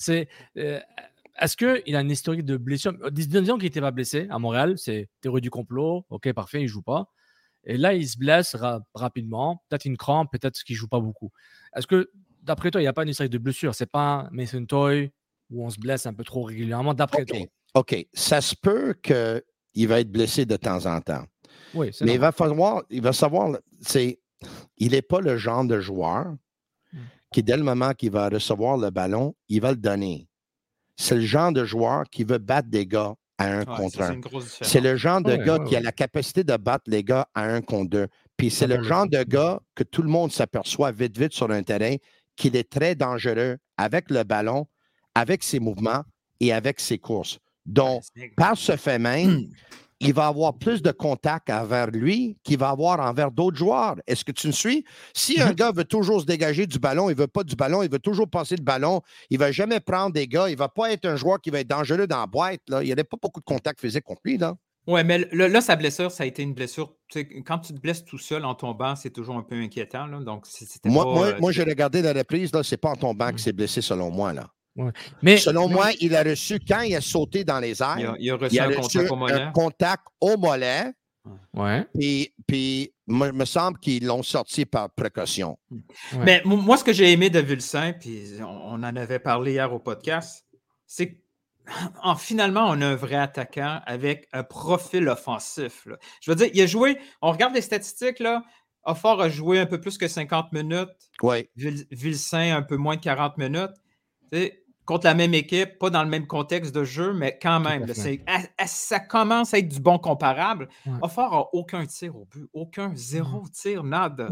S7: Est-ce qu'il a une historique de blessure? Disons qu'il n'était pas blessé à Montréal, c'est théorie du complot. OK, parfait, il ne joue pas. Et là, il se blesse rapidement. Peut-être une crampe, peut-être qu'il ne joue pas beaucoup. Est-ce que, d'après toi, il n'y a pas une historique de blessure? Ce n'est pas un Mason Toy où on se blesse un peu trop régulièrement, d'après toi?
S3: OK. Ça se peut qu'il va être blessé de temps en temps.
S7: Oui, c'est
S3: mais il va savoir, il n'est pas le genre de joueur qui, dès le moment qu'il va recevoir le ballon, il va le donner. C'est le genre de joueur qui veut battre des gars à 1 contre 1. C'est le genre de gars qui a la capacité de battre les gars à 1 contre 2. Puis c'est le genre de gars que tout le monde s'aperçoit vite sur un terrain qu'il est très dangereux avec le ballon, avec ses mouvements et avec ses courses. Donc, par ce fait même, il va avoir plus de contact envers lui qu'il va avoir envers d'autres joueurs. Est-ce que tu me suis? Si un gars veut toujours se dégager du ballon, il ne veut pas du ballon, il veut toujours passer le ballon, il ne va jamais prendre des gars, il ne va pas être un joueur qui va être dangereux dans la boîte. Là. Il n'y avait pas beaucoup de contact physique contre lui.
S6: Oui, mais là, sa blessure, ça a été une blessure. Tu sais, quand tu te blesses tout seul en tombant, c'est toujours un peu inquiétant. Là. Donc,
S3: moi, j'ai regardé la reprise, ce n'est pas en tombant qu'il s'est blessé selon moi. Là.
S7: Ouais. Mais
S3: selon moi, il a reçu, quand il a sauté dans les airs,
S6: il a reçu un
S3: contact au mollet.
S7: Ouais.
S3: Puis il me semble qu'ils l'ont sorti par précaution.
S6: Ouais. Mais moi, ce que j'ai aimé de Vilsaint, puis on en avait parlé hier au podcast, c'est que finalement, on a un vrai attaquant avec un profil offensif. Là. Je veux dire, il a joué, on regarde les statistiques, là. Hofer a joué un peu plus que 50 minutes.
S3: Oui.
S6: Vilsaint, un peu moins de 40 minutes. contre la même équipe, pas dans le même contexte de jeu, mais quand même, ça commence à être du bon comparable. Offort n'a aucun tir au but, zéro tir, nada.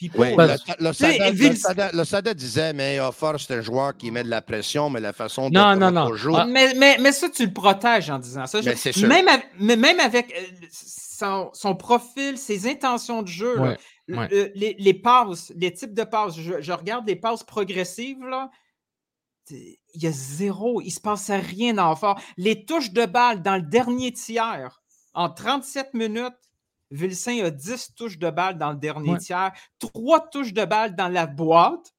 S3: Le Sada disait, mais Offort, c'est un joueur qui met de la pression, mais la façon dont on joue...
S6: Mais ça, tu le protèges en disant ça.
S3: C'est sûr.
S6: Même avec son profil, ses intentions de jeu, les passes, les types de passes, je regarde les passes progressives, là, il y a zéro. Il ne se passe rien dans Offort. Les touches de balle dans le dernier tiers, en 37 minutes, Vilsaint a 10 touches de balle dans le dernier tiers, 3 touches de balle dans la boîte,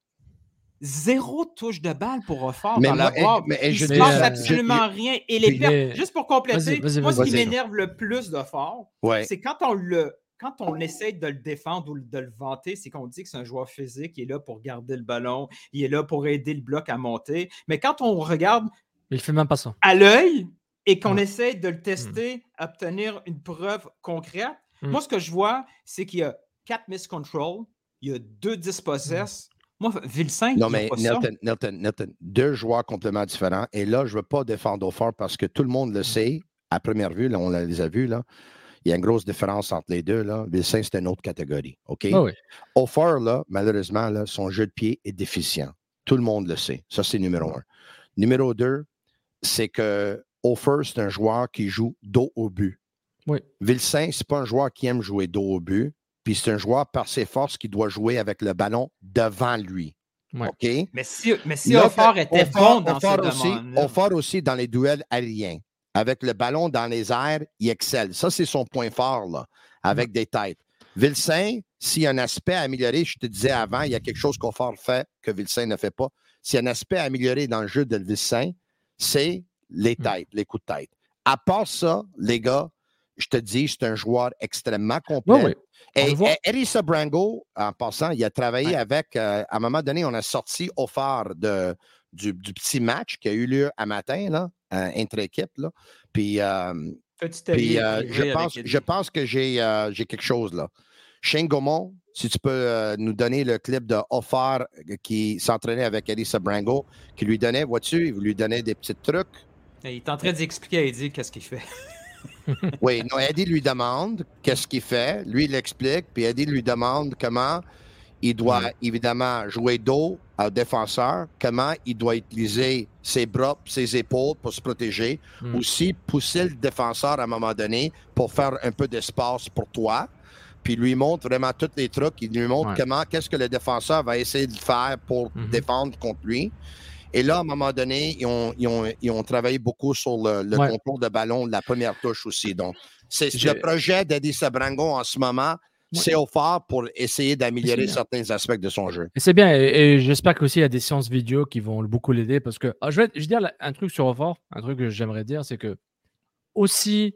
S6: 0 touche de balle pour Offort dans la boîte. Il ne se passe absolument rien. Et les pertes, juste pour compléter, ce qui m'énerve le plus d'Offort, c'est quand on essaie de le défendre ou de le vanter, c'est qu'on dit que c'est un joueur physique, il est là pour garder le ballon, il est là pour aider le bloc à monter. Mais quand on regarde
S7: il fait même pas ça.
S6: À l'œil et qu'on essaie de le tester, obtenir une preuve concrète, moi, ce que je vois, c'est qu'il y a 4 miss control, il y a 2 dispossesses. Moi, Vilsaint,
S3: non, mais Nilton, 2 joueurs complètement différents. Et là, je ne veux pas défendre Offort parce que tout le monde le sait. À première vue, là, on les a vus, là. Il y a une grosse différence entre les deux. Vilsaint, c'est une autre catégorie. OK? Offort, là, malheureusement, là, son jeu de pied est déficient. Tout le monde le sait. Ça, c'est numéro 1. Numéro 2, c'est que Offort, c'est un joueur qui joue dos au but. Vilsaint, ce n'est pas un joueur qui aime jouer dos au but. Puis c'est un joueur par ses forces qui doit jouer avec le ballon devant lui. OK?
S6: Mais si Offort était bon dans ce domaine.
S3: Offort aussi dans les duels aériens. Avec le ballon dans les airs, il excelle. Ça, c'est son point fort, là, avec des têtes. Vilsaint, s'il y a un aspect à améliorer, je te disais avant, il y a quelque chose qu'Offort fait que Vilsaint ne fait pas. S'il y a un aspect à améliorer dans le jeu de Vilsaint, c'est les têtes, les coups de tête. À part ça, les gars, je te dis, c'est un joueur extrêmement complet. Et Eddie Sabrango, en passant, il a travaillé avec, à un moment donné, on a sorti Offort du petit match qui a eu lieu à matin, là, intra-équipe. Là. Puis, je pense que j'ai quelque chose là. Shane Gaumont, si tu peux nous donner le clip de Offort qui s'entraînait avec Eddie Sabrango, qui lui donnait, vois-tu, il lui donnait des petits trucs.
S6: Il est en train d'expliquer à Eddie qu'est-ce qu'il fait.
S3: Oui, non, Eddie lui demande qu'est-ce qu'il fait. Lui, il explique, puis Eddie lui demande comment il doit évidemment jouer dos au défenseur, comment il doit utiliser ses bras, ses épaules pour se protéger. Aussi, pousser le défenseur à un moment donné pour faire un peu d'espace pour toi. Puis il lui montre vraiment tous les trucs. Il lui montre qu'est-ce que le défenseur va essayer de faire pour défendre contre lui. Et là, à un moment donné, ils ont travaillé beaucoup sur le contrôle de ballon, la première touche aussi. Donc, c'est le projet d'Eddie Sabrango en ce moment. C'est Offort pour essayer d'améliorer certains aspects de son jeu.
S7: Et c'est bien. Et j'espère qu'aussi il y a des séances vidéo qui vont beaucoup l'aider parce que je vais dire un truc sur Offort. Un truc que j'aimerais dire, c'est que il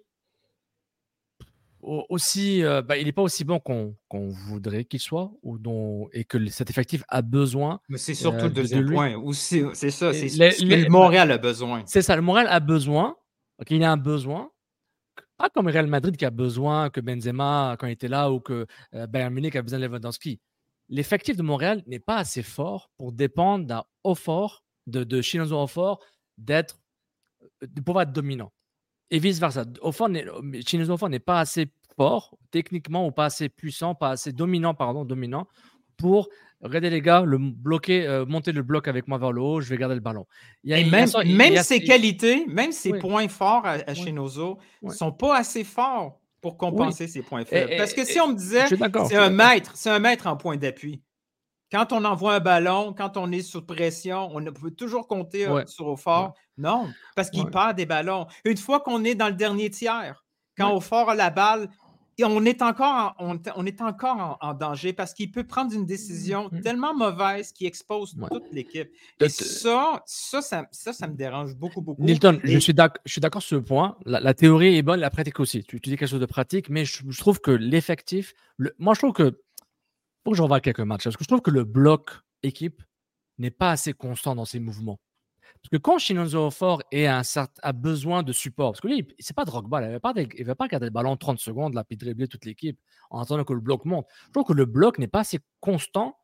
S7: n'est pas aussi bon qu'on voudrait qu'il soit et que cet effectif a besoin.
S6: Mais c'est surtout le deuxième point. Aussi, c'est ça. C'est ce que le Montréal a besoin.
S7: C'est ça. Le Montréal a besoin. OK, il a un besoin. Pas comme Real Madrid qui a besoin que Benzema, quand il était là, ou que Bayern Munich a besoin de Lewandowski. L'effectif de Montréal n'est pas assez fort pour dépendre d'un Offort, de Chinonso Offort, de pouvoir être dominant. Et vice-versa. Chinonso Offort n'est pas assez fort, techniquement, ou pas assez puissant, pas assez dominant pour regardez les gars, monter le bloc avec moi vers le haut, je vais garder le ballon.
S6: Même ses qualités, même ses points forts à Chinonso ne sont pas assez forts pour compenser ses points faibles. Parce que si on me disait, c'est un maître en point d'appui. Quand on envoie un ballon, quand on est sous pression, on peut toujours compter sur Offort. Non, parce qu'il perd des ballons. Une fois qu'on est dans le dernier tiers, quand Offort a la balle, on est encore en danger parce qu'il peut prendre une décision tellement mauvaise qui expose toute l'équipe. Et ça me dérange beaucoup, beaucoup.
S7: Nilton, je suis d'accord sur ce point. La théorie est bonne, la pratique aussi. Tu dis quelque chose de pratique, mais je trouve que l'effectif... Moi, je trouve que... Faut que j'en vois quelques matchs. Parce que je trouve que le bloc équipe n'est pas assez constant dans ses mouvements. Parce que quand Chinonso Offort a besoin de support, parce que lui, c'est pas Drogba, il ne va pas garder le ballon 30 secondes, là, puis dribbler toute l'équipe en attendant que le bloc monte. Je trouve que le bloc n'est pas assez constant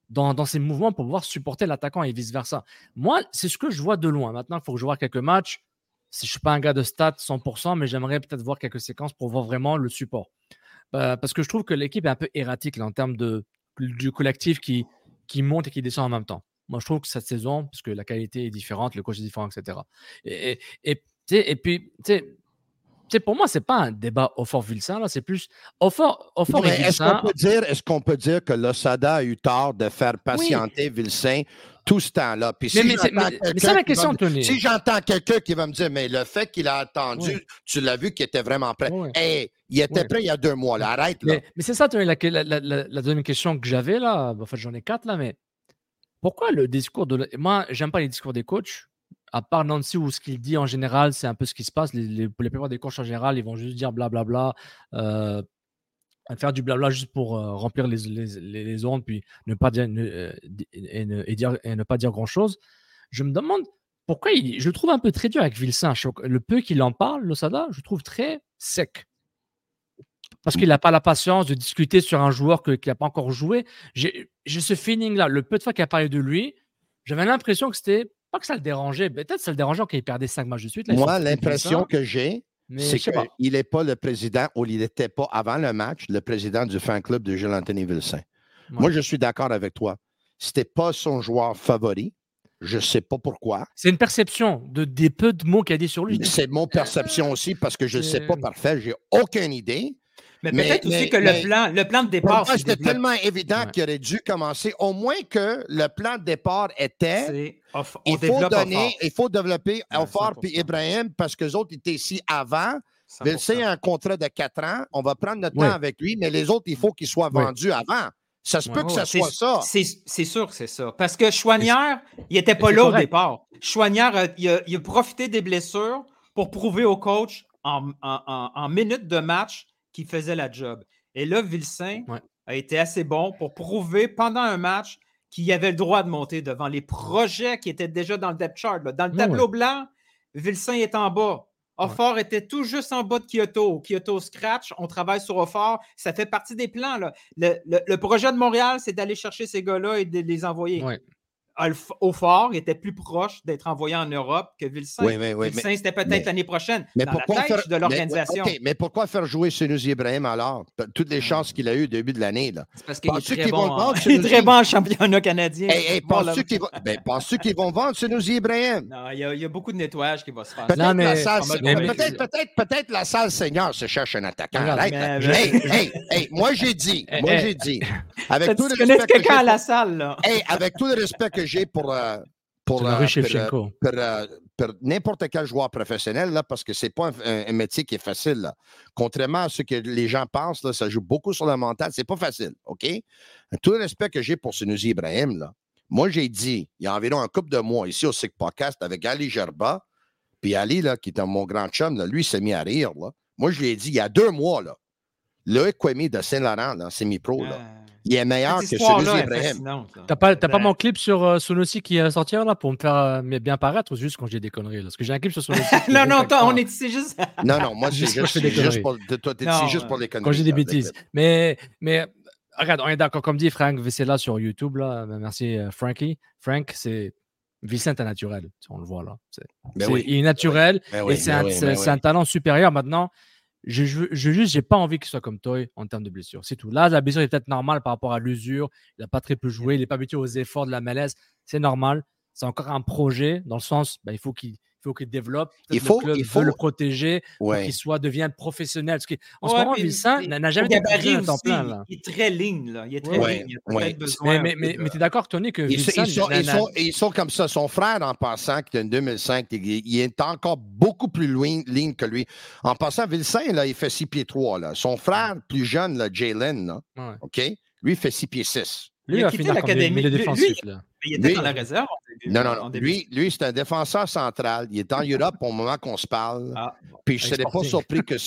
S7: dans ses mouvements pour pouvoir supporter l'attaquant et vice-versa. Moi, c'est ce que je vois de loin. Maintenant, il faut que je vois quelques matchs. Je ne suis pas un gars de stats 100%, mais j'aimerais peut-être voir quelques séquences pour voir vraiment le support. Parce que je trouve que l'équipe est un peu erratique là, en termes du collectif qui monte et qui descend en même temps. Moi, je trouve que cette saison, parce que la qualité est différente, le coach est différent, etc. Et puis, pour moi, ce n'est pas un débat Offort-Vilsaint, là, c'est plus Offort et Vilsaint.
S3: Est-ce qu'on peut dire que Losada a eu tort de faire patienter Vilsaint tout ce temps-là? Puis
S7: mais c'est la question, Tony.
S3: Si j'entends quelqu'un qui va me dire, mais le fait qu'il a attendu, tu l'as vu qu'il était vraiment prêt. Hey, il était prêt il y a 2 mois, là. Arrête, là.
S7: Mais c'est ça, Tony, la deuxième question que j'avais, là. En fait, j'en ai 4, là, mais pourquoi le discours Moi, j'aime pas les discours des coachs. À part Nancy, où ce qu'il dit en général, c'est un peu ce qui se passe. Les plupart des coachs en général, ils vont juste dire blablabla, faire du blabla juste pour remplir les ondes, puis ne pas dire, ne pas dire grand-chose. Je me demande pourquoi je le trouve un peu très dur avec Vilsaint. Le peu qu'il en parle, Losada, je le trouve très sec. Parce qu'il n'a pas la patience de discuter sur un joueur qui n'a pas encore joué. J'ai ce feeling-là. Le peu de fois qu'il a parlé de lui, j'avais l'impression que c'était pas que ça le dérangeait. Peut-être ça le dérangeait qu'il perdait 5 matchs de suite. Là,
S3: moi, l'impression que j'ai, c'est qu'il n'est pas le président, ou il n'était pas avant le match, le président du fan club de Gilles-Anthony Vilsaint. Ouais. Moi, je suis d'accord avec toi. C'était pas son joueur favori. Je ne sais pas pourquoi.
S7: C'est une perception des peu de mots qu'il a dit sur lui.
S3: C'est mon perception aussi parce que je ne sais pas parfait. J'ai aucune idée.
S6: Mais peut-être aussi que le plan de départ...
S3: C'était tellement évident qu'il aurait dû commencer. Au moins que le plan de départ était... Il faut développer Offort puis Ibrahim parce qu'eux autres étaient ici avant. Vilsaint a un contrat de 4 ans. On va prendre notre temps avec lui, mais les autres, il faut qu'ils soient vendus avant. Ça se peut que ça soit ça.
S6: C'est sûr que c'est ça. Parce que Chouanière, il n'était pas là au départ. Chouanière, il a profité des blessures pour prouver au coach en minutes de match qui faisait la job. Et là, Vilsaint a été assez bon pour prouver pendant un match qu'il avait le droit de monter devant les projets qui étaient déjà dans le depth chart. Là. Dans le tableau blanc, Vilsaint est en bas. Offort était tout juste en bas de Kyoto. Kyoto scratch, on travaille sur Offort. Ça fait partie des plans. Là. Le projet de Montréal, c'est d'aller chercher ces gars-là et de les envoyer. Ouais. Offort était plus proche d'être envoyé en Europe que Vilsaint. Vilsaint, c'était peut-être l'année prochaine. Mais dans la tête de l'organisation.
S3: Mais pourquoi faire jouer Sunusi Ibrahim alors? Toutes les chances qu'il a eues au début de l'année. Là.
S6: C'est parce qu'il est très bon en championnat canadien.
S3: Penses-tu qu'ils vont vendre Sunusi Ibrahim?
S6: Non, il y a beaucoup de nettoyage qui va se faire.
S3: Peut-être la salle senior se cherche un attaquant. Moi, j'ai dit.
S6: Avec tout le respect quelqu'un à la salle, là.
S3: Avec tout le respect que j'ai pour n'importe quel joueur professionnel, là, parce que ce n'est pas un métier qui est facile. Là. Contrairement à ce que les gens pensent, là, ça joue beaucoup sur le mental. Ce n'est pas facile, OK? Tout le respect que j'ai pour Sunusi Ibrahim, là, moi, j'ai dit, il y a environ un couple de mois, ici au Sick Podcast, avec Ali Gerba, puis Ali, là, qui est mon grand chum, là, lui, il s'est mis à rire. Là. Moi, je lui ai dit, il y a 2 mois, là, Loïc Kwemi de Saint-Laurent, là, semi-pro, là, il est meilleur que Sunusi Ibrahim.
S7: T'as pas mon clip sur Sunusi qui est sorti là pour me faire bien paraître ou juste quand j'ai des conneries là? Parce que j'ai un clip sur Sunusi.
S6: Non, on est ici juste.
S3: Non, moi c'est juste pour les conneries.
S7: Quand j'ai des bêtises. Mais regarde, on est d'accord. Comme dit Frank Vessela sur YouTube, là, merci Frankie. Frank, c'est Vilsaint est naturel. On le voit là. Il est naturel et c'est un talent supérieur maintenant. J'ai pas envie qu'il soit comme toi en termes de blessure. C'est tout. Là, la blessure est peut-être normale par rapport à l'usure. Il n'a pas très peu joué. Il n'est pas habitué aux efforts de la malaise. C'est normal. C'est encore un projet dans le sens, il faut qu'il développe. Il faut le protéger pour qu'il devienne professionnel. En ce moment, Vilsaint n'a jamais été à temps plein. Là.
S6: Il est très ligne. Là. Il est très ligne. Il a peut-être besoin.
S7: Mais tu es d'accord, Tony, que Vilsaint...
S3: Ils sont comme ça. Son frère, en passant, qui est en 2005, il est encore beaucoup plus ligne que lui. En passant, Vilsaint, là, il fait 6 pieds 3. Là. Son frère plus jeune, là, Jalen, OK? Lui, il fait 6 pieds 6.
S7: Lui, il a fini l'académie.
S6: Il était dans la réserve.
S3: Non. Lui, c'est un défenseur central. Il est en Europe au moment qu'on se parle. Puis je ne serais pas surpris que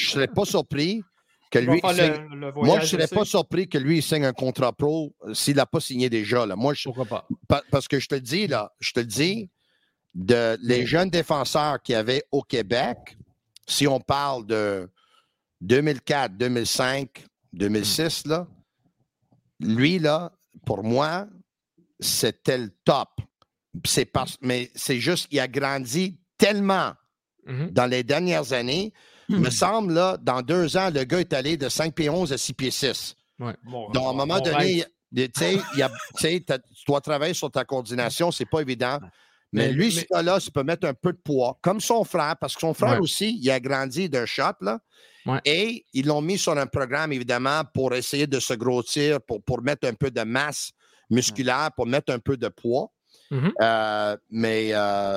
S3: lui. Moi, je ne serais pas surpris que lui signe un contrat pro s'il n'a pas signé déjà. Là. Moi,
S7: pourquoi pas?
S3: Parce que je te le dis, les jeunes défenseurs qu'il y avait au Québec, si on parle de 2004, 2005, 2006, là. Lui, là, pour moi, c'était le top. Mais c'est juste qu'il a grandi tellement dans les dernières années. Il me semble, là, dans 2 ans, le gars est allé de 5 pieds 11 à 6 pieds 6.
S7: Ouais.
S3: Donc, à un moment donné, tu dois travailler sur ta coordination, c'est pas évident. Mais lui, ce gars-là, ça peut mettre un peu de poids, comme son frère, parce que son frère aussi, il a grandi d'un shot, là. Ouais. Et ils l'ont mis sur un programme, évidemment, pour essayer de se grossir, pour mettre un peu de masse musculaire, pour mettre un peu de poids. Mais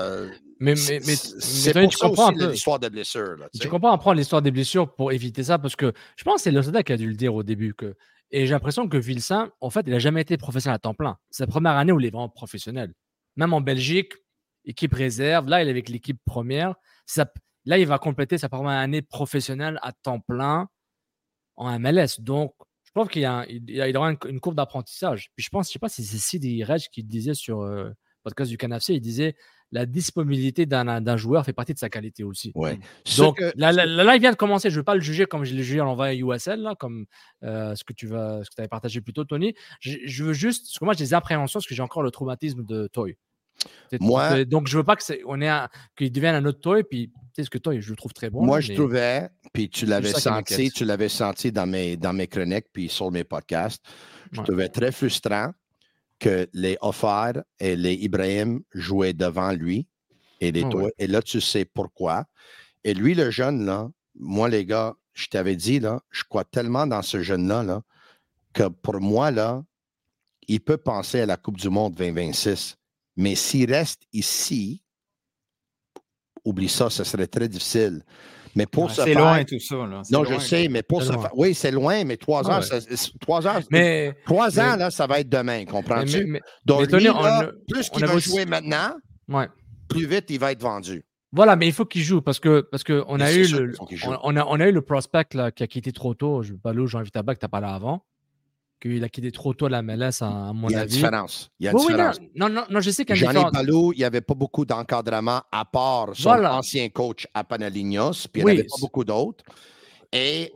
S3: c'est pour ça aussi l'histoire de blessure. Là,
S7: tu comprends apprendre l'histoire des blessures pour éviter ça, parce que je pense que c'est Losada qui a dû le dire au début. Et j'ai l'impression que Vilsaint, en fait, il n'a jamais été professionnel à temps plein. C'est la première année où il est vraiment professionnel. Même en Belgique, équipe réserve, là, il est avec l'équipe première. Là, il va compléter sa première année professionnelle à temps plein en MLS. Donc, je pense qu'il aura une courbe d'apprentissage. Puis je ne sais pas si c'est Sidi Reg qui disait sur le podcast du CanFC, il disait la disponibilité d'un joueur fait partie de sa qualité aussi.
S3: Ouais.
S7: Donc là, il vient de commencer. Je ne veux pas le juger comme je l'ai jugé en l'envoyant à USL, là, comme ce que tu avais partagé plus tôt, Tony. Je veux juste, parce que moi, j'ai des appréhensions, parce que j'ai encore le traumatisme de Toy. Donc, je ne veux pas qu'il devienne un autre Toy. Puis, tu sais, ce que Toy, je le trouve très bon.
S3: Moi, je trouvais, puis tu l'avais senti dans mes chroniques, puis sur mes podcasts, je trouvais très frustrant que les Offar et les Ibrahim jouaient devant lui et les Toy. Et là, tu sais pourquoi. Et lui, le jeune, là, moi, les gars, je t'avais dit, là, je crois tellement dans ce jeune-là, là, que pour moi, là, il peut penser à la Coupe du Monde 2026. Mais s'il reste ici, oublie ça, ce serait très difficile. Mais pour
S6: c'est loin tout ça. Là.
S3: Non, je sais, mais pour ça. Oui, c'est loin, mais 3 heures, 3 heures. Mais 3 ans, là, ça va être demain, comprends-tu? Donc, Tony, plus qu'il va jouer maintenant, plus vite il va être vendu.
S7: Voilà, mais il faut qu'il joue parce qu'on a eu le prospect là, qui a quitté trop tôt. Balou, Jean-Yves Tabac, tu n'as pas là avant. Qu'il a quitté trop tôt la MLS, à mon avis.
S3: Il y a une différence.
S7: Non, je sais qu'il y a une différence.
S3: Jean-Yves Balou, il n'y avait pas beaucoup d'encadrement à part son ancien coach à Panalignos, puis il n'y en avait pas beaucoup d'autres. Et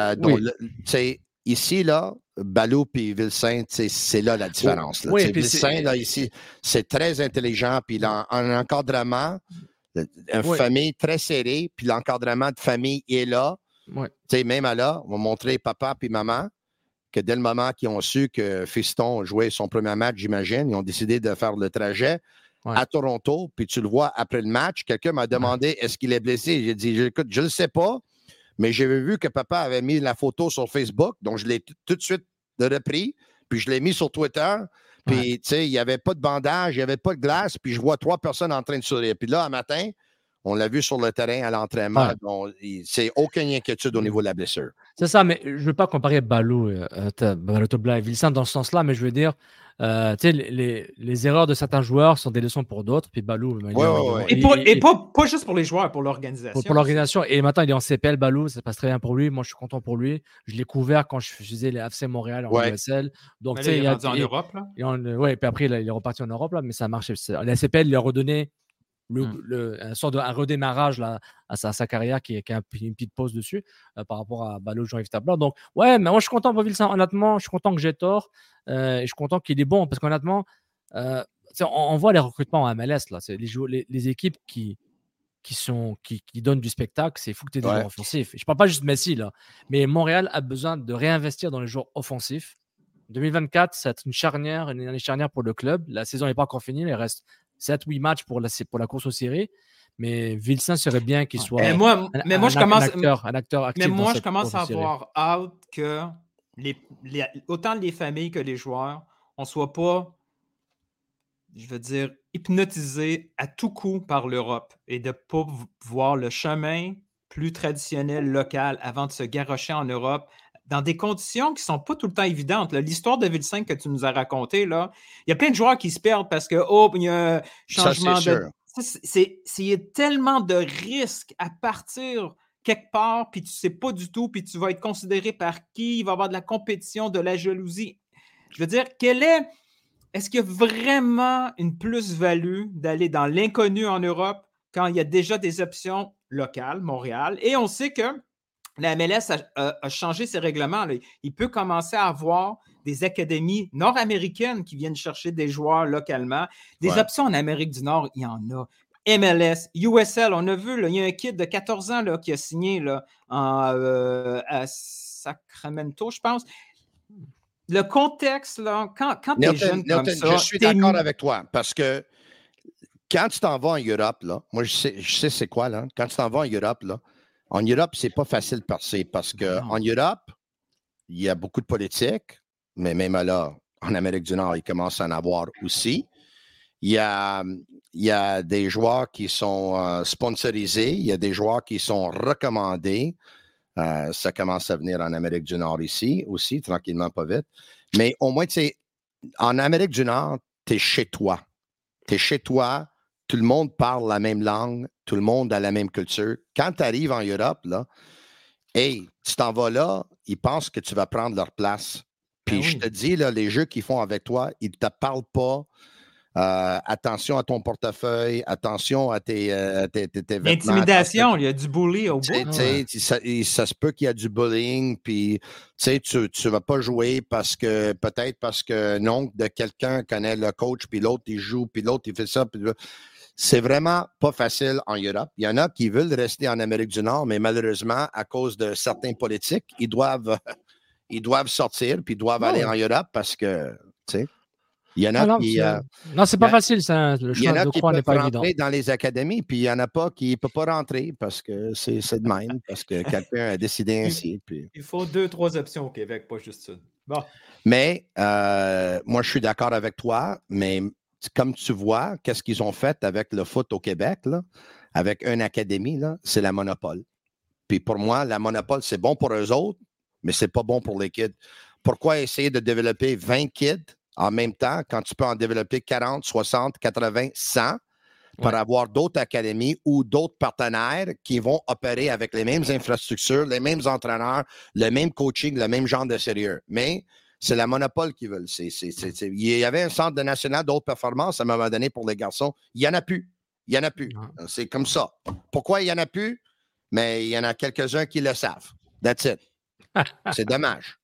S3: ici, là, Balou puis Vilsaint, c'est là la différence. Là. Vilsaint, là, ici, c'est très intelligent, puis il a un encadrement, une famille très serrée, puis l'encadrement de famille est là. Même là, on va montrer papa puis maman, que dès le moment qu'ils ont su que Fiston jouait son premier match, j'imagine, ils ont décidé de faire le trajet à Toronto. Puis tu le vois après le match, quelqu'un m'a demandé est-ce qu'il est blessé. J'ai dit écoute, je ne le sais pas, mais j'avais vu que papa avait mis la photo sur Facebook, donc je l'ai tout de suite repris, puis je l'ai mis sur Twitter. Puis, tu sais, il n'y avait pas de bandage, il n'y avait pas de glace, puis je vois 3 personnes en train de sourire. Puis là, un matin, on l'a vu sur le terrain à l'entraînement. Donc, c'est aucune inquiétude au niveau de la blessure.
S7: C'est ça, mais je ne veux pas comparer Balou et Vilsaint dans ce sens-là, mais je veux dire, les erreurs de certains joueurs sont des leçons pour d'autres. Puis Balou.
S6: Et pas juste pour les joueurs, pour l'organisation.
S7: Pour l'organisation. Et maintenant, il est en CPL, Balou, ça passe très bien pour lui. Moi, je suis content pour lui. Je l'ai couvert quand je faisais les FC Montréal en USL. Donc,
S6: il est rendu en Europe.
S7: Oui, puis après, il est reparti en Europe, là, mais ça a marché. La CPL, il a redonné une sorte de redémarrage là, à sa carrière qui a une petite pause dessus par rapport à Balou, Jean-Yves Tablard. Donc, mais moi, je suis content pour Vilsaint. Honnêtement, je suis content que j'ai tort. Et je suis content qu'il est bon parce qu'honnêtement, on voit les recrutements en MLS. Là. C'est les équipes qui donnent du spectacle. C'est fou que tu aies des joueurs offensifs. Je ne parle pas juste de Messi, là, mais Montréal a besoin de réinvestir dans les joueurs offensifs. 2024, ça va être une année charnière pour le club. La saison n'est pas encore finie. Il reste 7-8 matchs pour la course aux séries. Mais Vilsaint serait bien qu'il soit
S6: un
S7: acteur actif.
S6: Mais moi, je commence à avoir hâte que autant les familles que les joueurs, on ne soit pas, je veux dire, hypnotisés à tout coup par l'Europe et de ne pas voir le chemin plus traditionnel, local, avant de se garrocher en Europe dans des conditions qui ne sont pas tout le temps évidentes. Là, l'histoire de Vilsaint que tu nous as racontée, là, il y a plein de joueurs qui se perdent parce que il y a un changement de... Il y a tellement de risques à partir quelque part, puis tu ne sais pas du tout, puis tu vas être considéré par qui, il va y avoir de la compétition, de la jalousie. Je veux dire, est-ce qu'il y a vraiment une plus-value d'aller dans l'inconnu en Europe quand il y a déjà des options locales, Montréal, et on sait que la MLS a changé ses règlements. Là. Il peut commencer à avoir des académies nord-américaines qui viennent chercher des joueurs localement. Des options en Amérique du Nord, il y en a. MLS, USL, on a vu, là, il y a un kid de 14 ans là, qui a signé là, à Sacramento, je pense. Le contexte, là, quand tu es jeune comme ça...
S3: Je suis d'accord avec toi, parce que quand tu t'en vas en Europe, là, moi, je sais c'est quoi, là. Quand tu t'en vas en Europe, là, c'est pas facile de passer, parce qu'en Europe, il y a beaucoup de politique, mais même là, en Amérique du Nord, il commence à en avoir aussi. Il y a des joueurs qui sont sponsorisés, il y a des joueurs qui sont recommandés. Ça commence à venir en Amérique du Nord ici aussi, tranquillement, pas vite. Mais au moins, tu sais, en Amérique du Nord, tu es chez toi. Tu es chez toi, tout le monde parle la même langue, tout le monde a la même culture. Quand tu arrives en Europe, là, hey, tu t'en vas là, ils pensent que tu vas prendre leur place. Puis je te dis, là, les jeux qu'ils font avec toi, ils ne te parlent pas. Attention à ton portefeuille, attention à tes vêtements.
S6: L'intimidation, il y a du bullying au bout.
S3: Ça se peut qu'il y a du bullying, puis tu ne vas pas jouer peut-être parce que l'oncle de quelqu'un connaît le coach, puis l'autre, il joue, puis l'autre, il fait ça. C'est vraiment pas facile en Europe. Il y en a qui veulent rester en Amérique du Nord, mais malheureusement, à cause de certains politiques, ils doivent sortir, puis ils doivent aller en Europe parce que, tu sais, il y en a qui...
S7: non, c'est pas facile, ça. Le choix de croix n'est pas évident.
S3: Il y en a qui peuvent rentrer dans les académies, puis il n'y en a pas qui ne peuvent pas rentrer parce que c'est de même, parce que quelqu'un a décidé ainsi. Puis...
S6: Il faut 2-3 options au Québec, pas juste une. Bon.
S3: Mais moi, je suis d'accord avec toi, mais comme tu vois, qu'est-ce qu'ils ont fait avec le foot au Québec, là, avec une académie, là, c'est la monopole. Puis pour moi, la monopole, c'est bon pour eux autres, mais c'est pas bon pour les kids. Pourquoi essayer de développer 20 kids en même temps quand tu peux en développer 40, 60, 80, 100 pour avoir d'autres académies ou d'autres partenaires qui vont opérer avec les mêmes infrastructures, les mêmes entraîneurs, le même coaching, le même genre de sérieux. Mais c'est la monopole qu'ils veulent. Il y avait un centre de national d'autres performances à un moment donné pour les garçons. Il n'y en a plus. Il n'y en a plus. C'est comme ça. Pourquoi il n'y en a plus? Mais il y en a quelques-uns qui le savent. That's it. C'est dommage.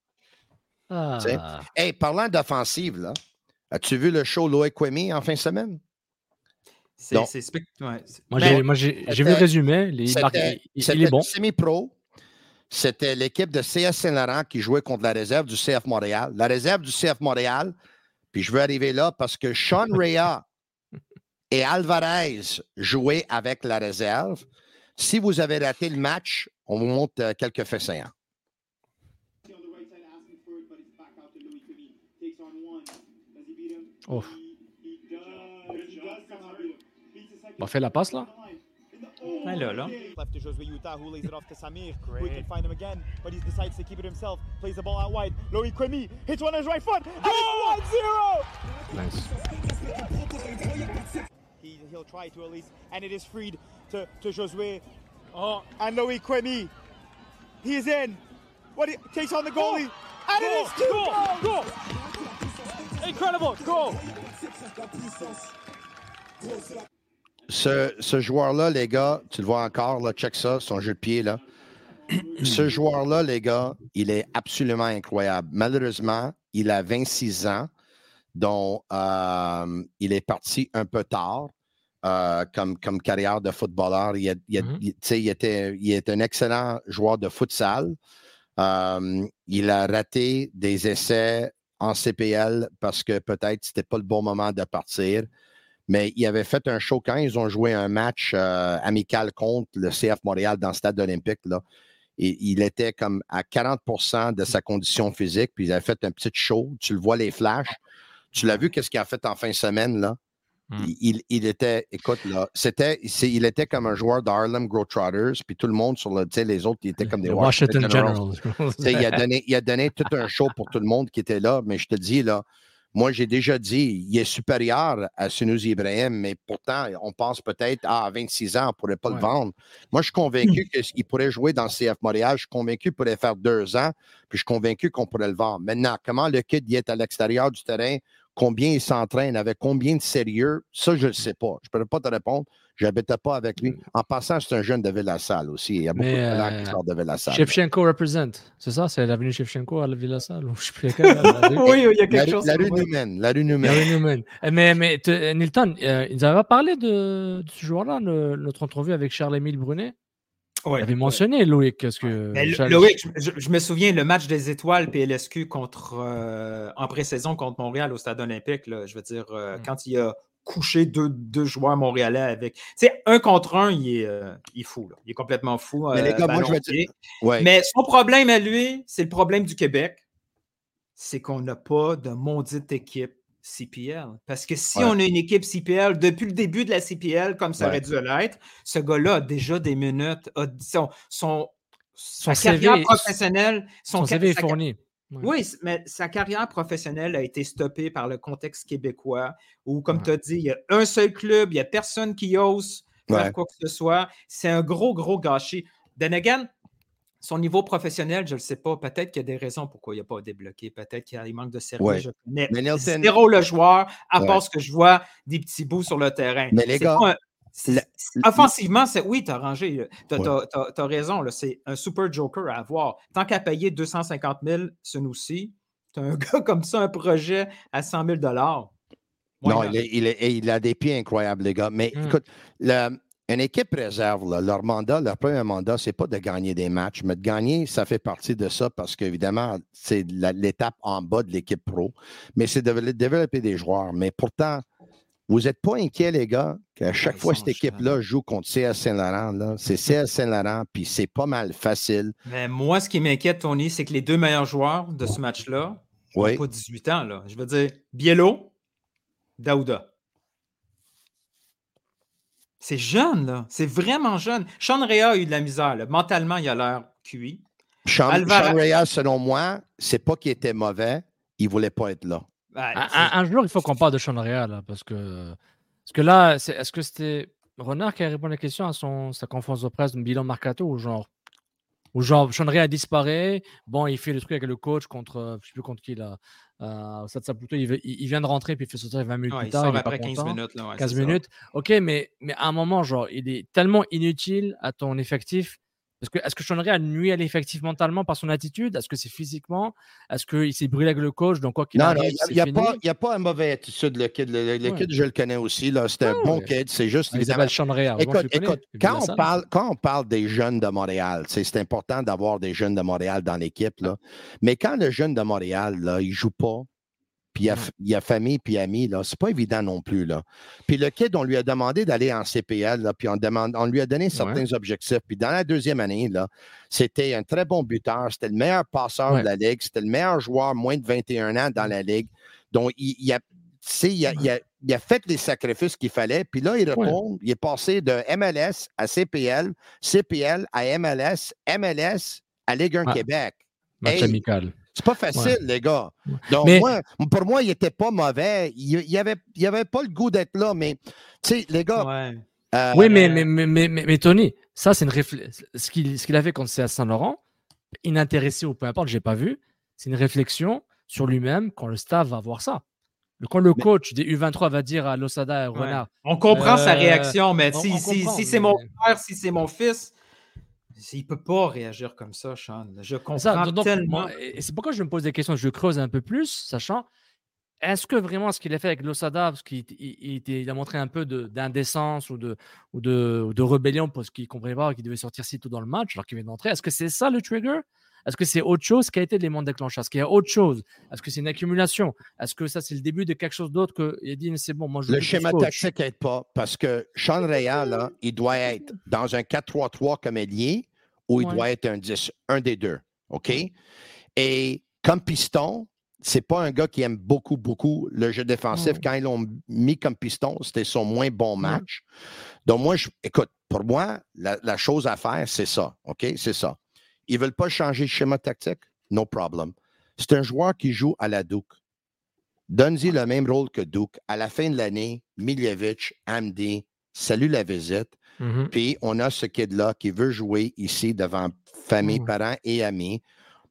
S3: Hey, parlant d'offensive, là, as-tu vu le show Loïc Quemi en fin de semaine?
S7: Moi, j'ai vu le résumé. Il est bon.
S3: Semi-pro. C'était l'équipe de CS Saint-Laurent qui jouait contre la réserve du CF Montréal. La réserve du CF Montréal, puis je veux arriver là parce que Sean Rea et Alvarez jouaient avec la réserve. Si vous avez raté le match, on vous montre quelques faits saillants.
S7: Oh. On fait la passe, là?
S6: Ouais, là.
S10: Left to Josue Utah, who lays it off to Samir. Who can find him again, but he decides to keep it himself. Plays the ball out wide. Loïc Quemi hits one on his right foot. And it's 1-0.
S7: Nice.
S10: He'll try to at least, and it is freed to Josue. Oh, and Loïc Quemi. He's in. He takes on the goalie. And it is 2 goals. Incredible goal.
S3: Ce joueur-là, les gars, tu le vois encore, là, check ça, son jeu de pied, là. Ce joueur-là, les gars, il est absolument incroyable. Malheureusement, il a 26 ans, dont il est parti un peu tard comme carrière de footballeur. Il est un excellent joueur de futsal. Il a raté des essais en CPL parce que peut-être c'était pas le bon moment de partir. Mais il avait fait un show quand ils ont joué un match amical contre le CF Montréal dans le stade olympique. Là. Et il était comme à 40% de sa condition physique, puis il avait fait un petit show. Tu le vois, les flashs. Tu l'as vu, qu'est-ce qu'il a fait en fin de semaine, là? Il était, écoute, là, il était comme un joueur de Harlem Globetrotters, puis tout le monde sur le, tu sais, les autres, ils étaient comme des
S7: Washington Generals.
S3: il a donné tout un show pour tout le monde qui était là, mais je te dis, là, moi, j'ai déjà dit, il est supérieur à Sunusi Ibrahim, mais pourtant, on pense peut-être, à 26 ans, on ne pourrait pas le vendre. Moi, je suis convaincu qu'il pourrait jouer dans le CF Montréal. Je suis convaincu qu'il pourrait faire 2 ans, puis je suis convaincu qu'on pourrait le vendre. Maintenant, comment le kid y est à l'extérieur du terrain, combien il s'entraîne, avec combien de sérieux, ça, je ne le sais pas. Je ne pourrais pas te répondre. Je n'habitais pas avec lui. En passant, c'est un jeune de Ville-la-Salle aussi. Il y a beaucoup de talents qui sortent de Ville-la-Salle.
S7: Shevchenko represent. C'est ça? C'est l'avenue Shevchenko à la Ville-la-Salle?
S6: Oui, il y a quelque chose.
S3: La rue Newman. La rue Newman.
S7: Mais Nilton, ils avaient parlé de ce joueur-là, notre entrevue avec Charles-Émile Brunet.
S6: Ouais,
S7: il avait mentionné Loïc.
S6: Loïc, je me souviens, le match des étoiles PLSQ en pré-saison contre Montréal au Stade olympique, là, je veux dire, quand il a couché deux joueurs montréalais avec. Tu sais, 1 contre 1, il est fou. Là. Il est complètement fou.
S3: Mais les gars, moi, je veux dire. Ouais.
S6: Mais son problème à lui, c'est le problème du Québec. C'est qu'on n'a pas de maudite équipe CPL. Parce que si on a une équipe CPL, depuis le début de la CPL, comme ça aurait dû l'être, ce gars-là a déjà des minutes, sa carrière professionnelle.
S7: Son CV est fourni.
S6: Oui, mais sa carrière professionnelle a été stoppée par le contexte québécois où, comme tu as dit, il y a un seul club, il n'y a personne qui ose faire quoi que ce soit. C'est un gros, gros gâchis. Then again, son niveau professionnel, je ne le sais pas. Peut-être qu'il y a des raisons pourquoi il n'a pas débloqué. Peut-être qu'il manque de sérieux.
S3: Ouais.
S6: Je connais
S3: Nelson...
S6: zéro le joueur, à part ce que je vois des petits bouts sur le terrain.
S3: Mais les gars...
S6: Offensivement, oui, tu as rangé. Tu as raison. Là, c'est un super joker à avoir. Tant qu'à payer 250 000 ce nous-ci, tu as un gars comme ça, un projet à 100 000
S3: Non, il a des pieds incroyables, les gars. Mais écoute, une équipe réserve, là, leur premier mandat, ce n'est pas de gagner des matchs, mais de gagner, ça fait partie de ça parce qu'évidemment, c'est l'étape en bas de l'équipe pro, mais c'est de développer des joueurs. Mais pourtant, vous n'êtes pas inquiets, les gars, qu'à chaque fois cette équipe-là joue contre CS Saint-Laurent, là, c'est CS Saint-Laurent, puis c'est pas mal facile.
S6: Mais moi, ce qui m'inquiète, Tony, c'est que les deux meilleurs joueurs de ce match-là n'ont pas 18 ans. Là. Je veux dire, Biello, Daouda. C'est jeune, là. C'est vraiment jeune. Sean Rea a eu de la misère. Là. Mentalement, il a l'air cuit.
S3: Sean Rea, selon moi, c'est pas qu'il était mauvais. Il ne voulait pas être là.
S7: Un jour, il faut qu'on parle de Sean Rea, là, parce que là, est-ce que c'était Renard qui a répondu à la question à sa conférence de presse de bilan Mercato ou genre Sean Rea disparaît, bon, il fait le truc avec le coach contre, je ne sais plus contre qui, là. Ça plutôt, il vient de rentrer puis il fait sortir 20 minutes plus tard. Il
S6: après 15 minutes. Là,
S7: 15 minutes. OK, mais à un moment, genre, il est tellement inutile à ton effectif. Est-ce que Sean Rea nuit à l'effectif mentalement par son attitude? Est-ce que c'est physiquement? Est-ce qu'il s'est brûlé avec le coach? Donc, quoi qu'il arrive,
S3: il n'y a pas une mauvaise attitude, le kid. Le kid, je le connais aussi. C'est un bon kid. C'est juste, évidemment.
S7: Sean Rea.
S3: Écoute, quand on parle des jeunes de Montréal, c'est important d'avoir des jeunes de Montréal dans l'équipe. Là. Mais quand le jeune de Montréal, là, il ne joue pas, puis il y a famille puis amis, là, c'est pas évident non plus. Là. Puis le kid, on lui a demandé d'aller en CPL, là, puis on lui a donné certains objectifs. Puis dans la deuxième année, là, c'était un très bon buteur, c'était le meilleur passeur de la Ligue, c'était le meilleur joueur moins de 21 ans dans la Ligue. Donc, il a fait les sacrifices qu'il fallait. Puis là, il répond, il est passé de MLS à CPL, CPL à MLS, MLS à Ligue 1 Québec.
S7: Match amical.
S3: C'est pas facile, les gars. Donc, pour moi, il n'était pas mauvais. Il avait pas le goût d'être là, mais, tu sais, les gars...
S7: oui, mais Tony, ça, c'est ce qu'il a fait quand c'est à Saint-Laurent, inintéressé ou peu importe, je n'ai pas vu, c'est une réflexion sur lui-même quand le staff va voir ça. Quand le coach des U23 va dire à Losada et Renard...
S6: On comprend sa réaction, mais si c'est mon frère, si c'est mon fils... Il ne peut pas réagir comme ça, Sean. Je comprends tellement.
S7: Et c'est pourquoi je me pose des questions. Je creuse un peu plus, sachant, est-ce que vraiment ce qu'il a fait avec Losada, parce qu'il a montré un peu d'indécence ou de rébellion parce qu'il ne comprenait pas qu'il devait sortir si tôt dans le match alors qu'il vient d'entrer, est-ce que c'est ça le trigger? Est-ce que c'est autre chose qui a été l'élément déclencheur? Est-ce qu'il y a autre chose? Est-ce que c'est une accumulation? Est-ce que ça, c'est le début de quelque chose d'autre qu'il a dit, mais c'est bon, moi je
S3: le schéma tactique n'aide pas parce que Sean Rea, là, il doit être dans un 4-3-3 comme ailier ou il doit être un 10, un des deux. OK? Et comme piston, c'est pas un gars qui aime beaucoup, beaucoup le jeu défensif. Quand ils l'ont mis comme piston, c'était son moins bon match. Donc, moi, écoute, pour moi, la chose à faire, c'est ça. OK? C'est ça. Ils ne veulent pas changer de schéma tactique? No problem. C'est un joueur qui joue à la Duke. Donne-y le même rôle que Duke. À la fin de l'année, Miljevic, Hamdi, salue la visite. Puis, on a ce kid-là qui veut jouer ici devant famille, parents et amis.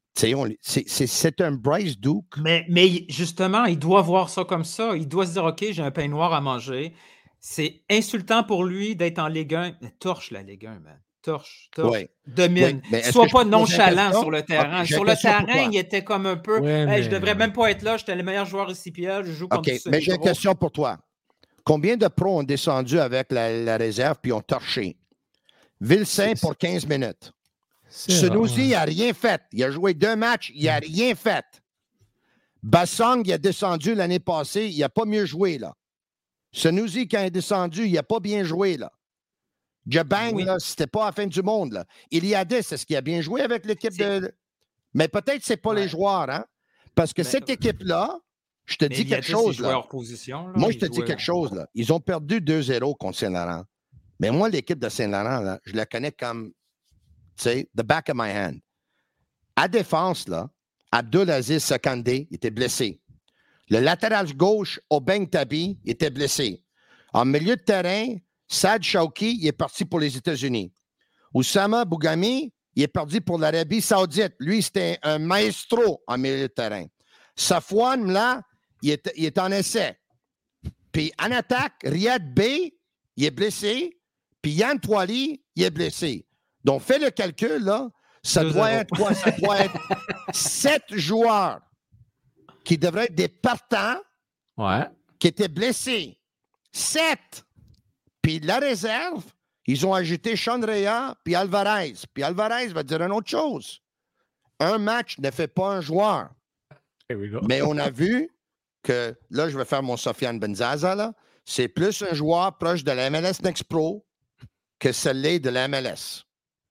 S3: C'est un Bryce Duke.
S6: Mais justement, il doit voir ça comme ça. Il doit se dire, OK, j'ai un pain noir à manger. c'est insultant pour lui d'être en Ligue 1. Mais torche la Ligue 1, man. Torche, domine.
S3: Oui,
S6: sois pas nonchalant sur le terrain. Sur le terrain, il était comme un peu je devrais même pas être là, j'étais le meilleur joueur ici, je joue contre ça.
S3: Mais j'ai une question pour toi. Combien de pros ont descendu avec la réserve puis ont torché? Vilsain pour 15 minutes. Sunusi, il n'a rien fait. Il a joué 2 matchs, il n'a rien fait. Bassong, il a descendu l'année passée, il n'a pas mieux joué, là. Sunusi, quand il est descendu, il n'a pas bien joué, là. Jabang, là, c'était pas la fin du monde, là. Iliadis, est-ce qu'il a bien joué avec l'équipe de... Mais peut-être que ce n'est pas les joueurs, hein? Parce que cette équipe-là, je te dis quelque chose, là. Moi, je te dis quelque chose, là. Ils ont perdu 2-0 contre Saint-Laurent. Mais moi, l'équipe de Saint-Laurent, là, je la connais comme, tu sais, the back of my hand. À défense, là, Abdulaziz Sakandé était blessé. Le latéral gauche, Obeng Tabi, était blessé. En milieu de terrain, Saad Chouki, il est parti pour les États-Unis. Oussama Bougami, il est parti pour l'Arabie Saoudite. Lui, c'était un maestro en milieu de terrain. Safwan, là, il est en essai. Puis en attaque, Riyad Bey, il est blessé. Puis Yann Toili, il est blessé. Donc, fais le calcul, là. Ça doit être quoi? Ça doit être 7 joueurs qui devraient être des partants qui étaient blessés. 7! Puis la réserve, ils ont ajouté Sean Rea puis Alvarez. Puis Alvarez va dire une autre chose. Un match ne fait pas un joueur. Mais on a vu que, là, je vais faire mon Sofiane Benzaza, là. C'est plus un joueur proche de la MLS Next Pro que celui de la MLS.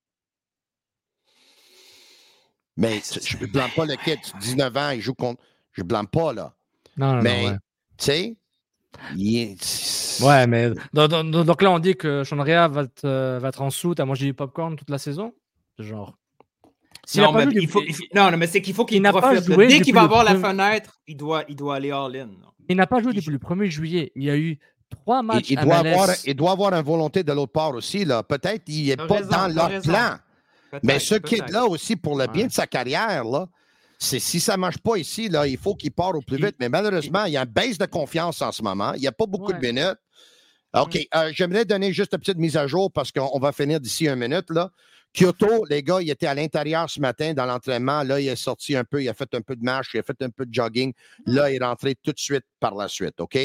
S3: Mais je ne blâme pas le kid. 19 ans, il joue contre... Je ne blâme pas, là.
S7: Non,
S3: mais, tu sais...
S7: Ouais, mais... Donc là, on dit que Sean Rea va être en sous, à manger du popcorn toute la saison? Genre...
S6: Non, mais c'est qu'il faut qu'il profite. Dès qu'il va avoir la fenêtre, il doit aller all-in.
S7: Il n'a pas joué depuis le 1er juillet. Il y a eu 3 matchs
S3: il doit avoir une volonté de l'autre part aussi. Là. Peut-être qu'il n'est pas dans leur plan. Mais ce kid-là aussi, pour le bien de sa carrière, là, si ça ne marche pas ici, là, il faut qu'il parte au plus vite. Mais malheureusement, il y a une baisse de confiance en ce moment. Il n'y a pas beaucoup de minutes. OK, j'aimerais donner juste une petite mise à jour parce qu'on va finir d'ici 1 minute. Là. Kyoto, les gars, il était à l'intérieur ce matin dans l'entraînement. Là, il est sorti un peu, il a fait un peu de marche, il a fait un peu de jogging. Là, il est rentré tout de suite par la suite, OK?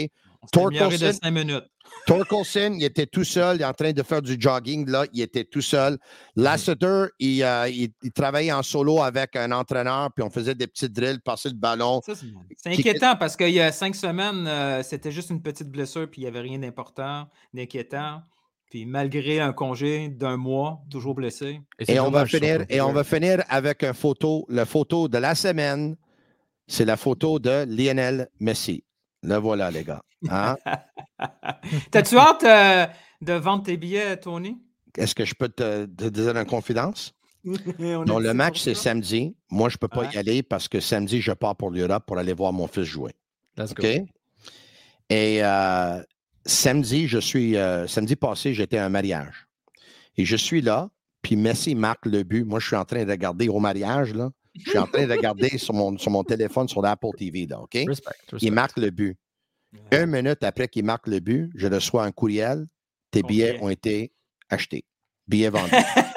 S3: Torkelson, il était tout seul, il est en train de faire du jogging. Là, il était tout seul. Lassiter, il travaillait en solo avec un entraîneur, puis on faisait des petits drills, passer le ballon.
S6: Ça, c'est inquiétant parce qu'il y a 5 semaines, c'était juste une petite blessure, puis il n'y avait rien d'important, d'inquiétant. Puis malgré un congé d'1 mois, toujours blessé.
S3: Et on va finir avec la photo de la semaine. C'est la photo de Lionel Messi. Le voilà, les gars. Hein?
S6: T'as-tu hâte de vendre tes billets, Tony?
S3: Est-ce que je peux te dire une confidence? Non, le match, c'est samedi. Moi, je ne peux pas y aller parce que samedi, je pars pour l'Europe pour aller voir mon fils jouer. OK? Et samedi passé, j'étais à un mariage. Et je suis là, puis Messi marque le but. Moi, je suis en train de regarder au mariage, là. Je suis en train de regarder sur mon téléphone, sur l'Apple TV, là, OK? Respect. Il marque le but. 1 minute après qu'il marque le but, je reçois un courriel. Tes billets ont été achetés. Billets vendus.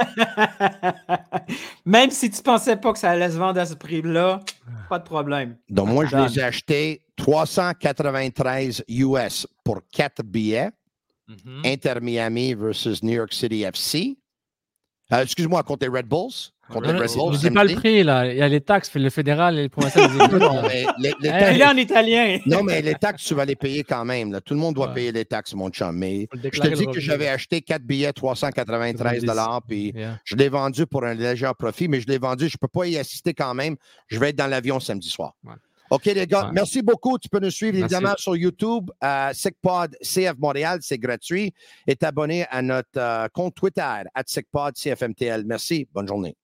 S6: Même si tu ne pensais pas que ça allait se vendre à ce prix-là, pas de problème.
S3: Donc, moi, je les ai achetés 393 US pour 4 billets. Inter Miami versus New York City FC. Excuse-moi, contre les Red Bulls.
S7: Je dis pas le prix, là. Il y a les taxes, le fédéral et le provincial.
S6: Il est en italien.
S3: Non, mais les taxes, tu vas les payer quand même. Là. Tout le monde doit payer les taxes, mon chum. Mais je te dis que j'avais acheté 4 billets, 393 $, puis je l'ai vendu pour un léger profit, mais je l'ai vendu. Je ne peux pas y assister quand même. Je vais être dans l'avion samedi soir. Ouais. OK, les gars, merci beaucoup. Tu peux nous suivre évidemment sur YouTube, SickPod CF Montréal, c'est gratuit. Et t'abonner à notre compte Twitter, @SickPod CFMTL. Merci, bonne journée.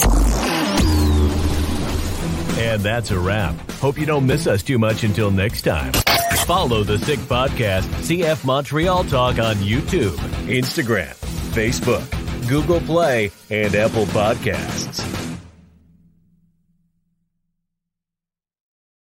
S4: And that's a wrap. Hope you don't miss us too much until next time. Follow the Sick Podcast CF Montreal Talk on YouTube, Instagram, Facebook, Google Play, and Apple Podcasts.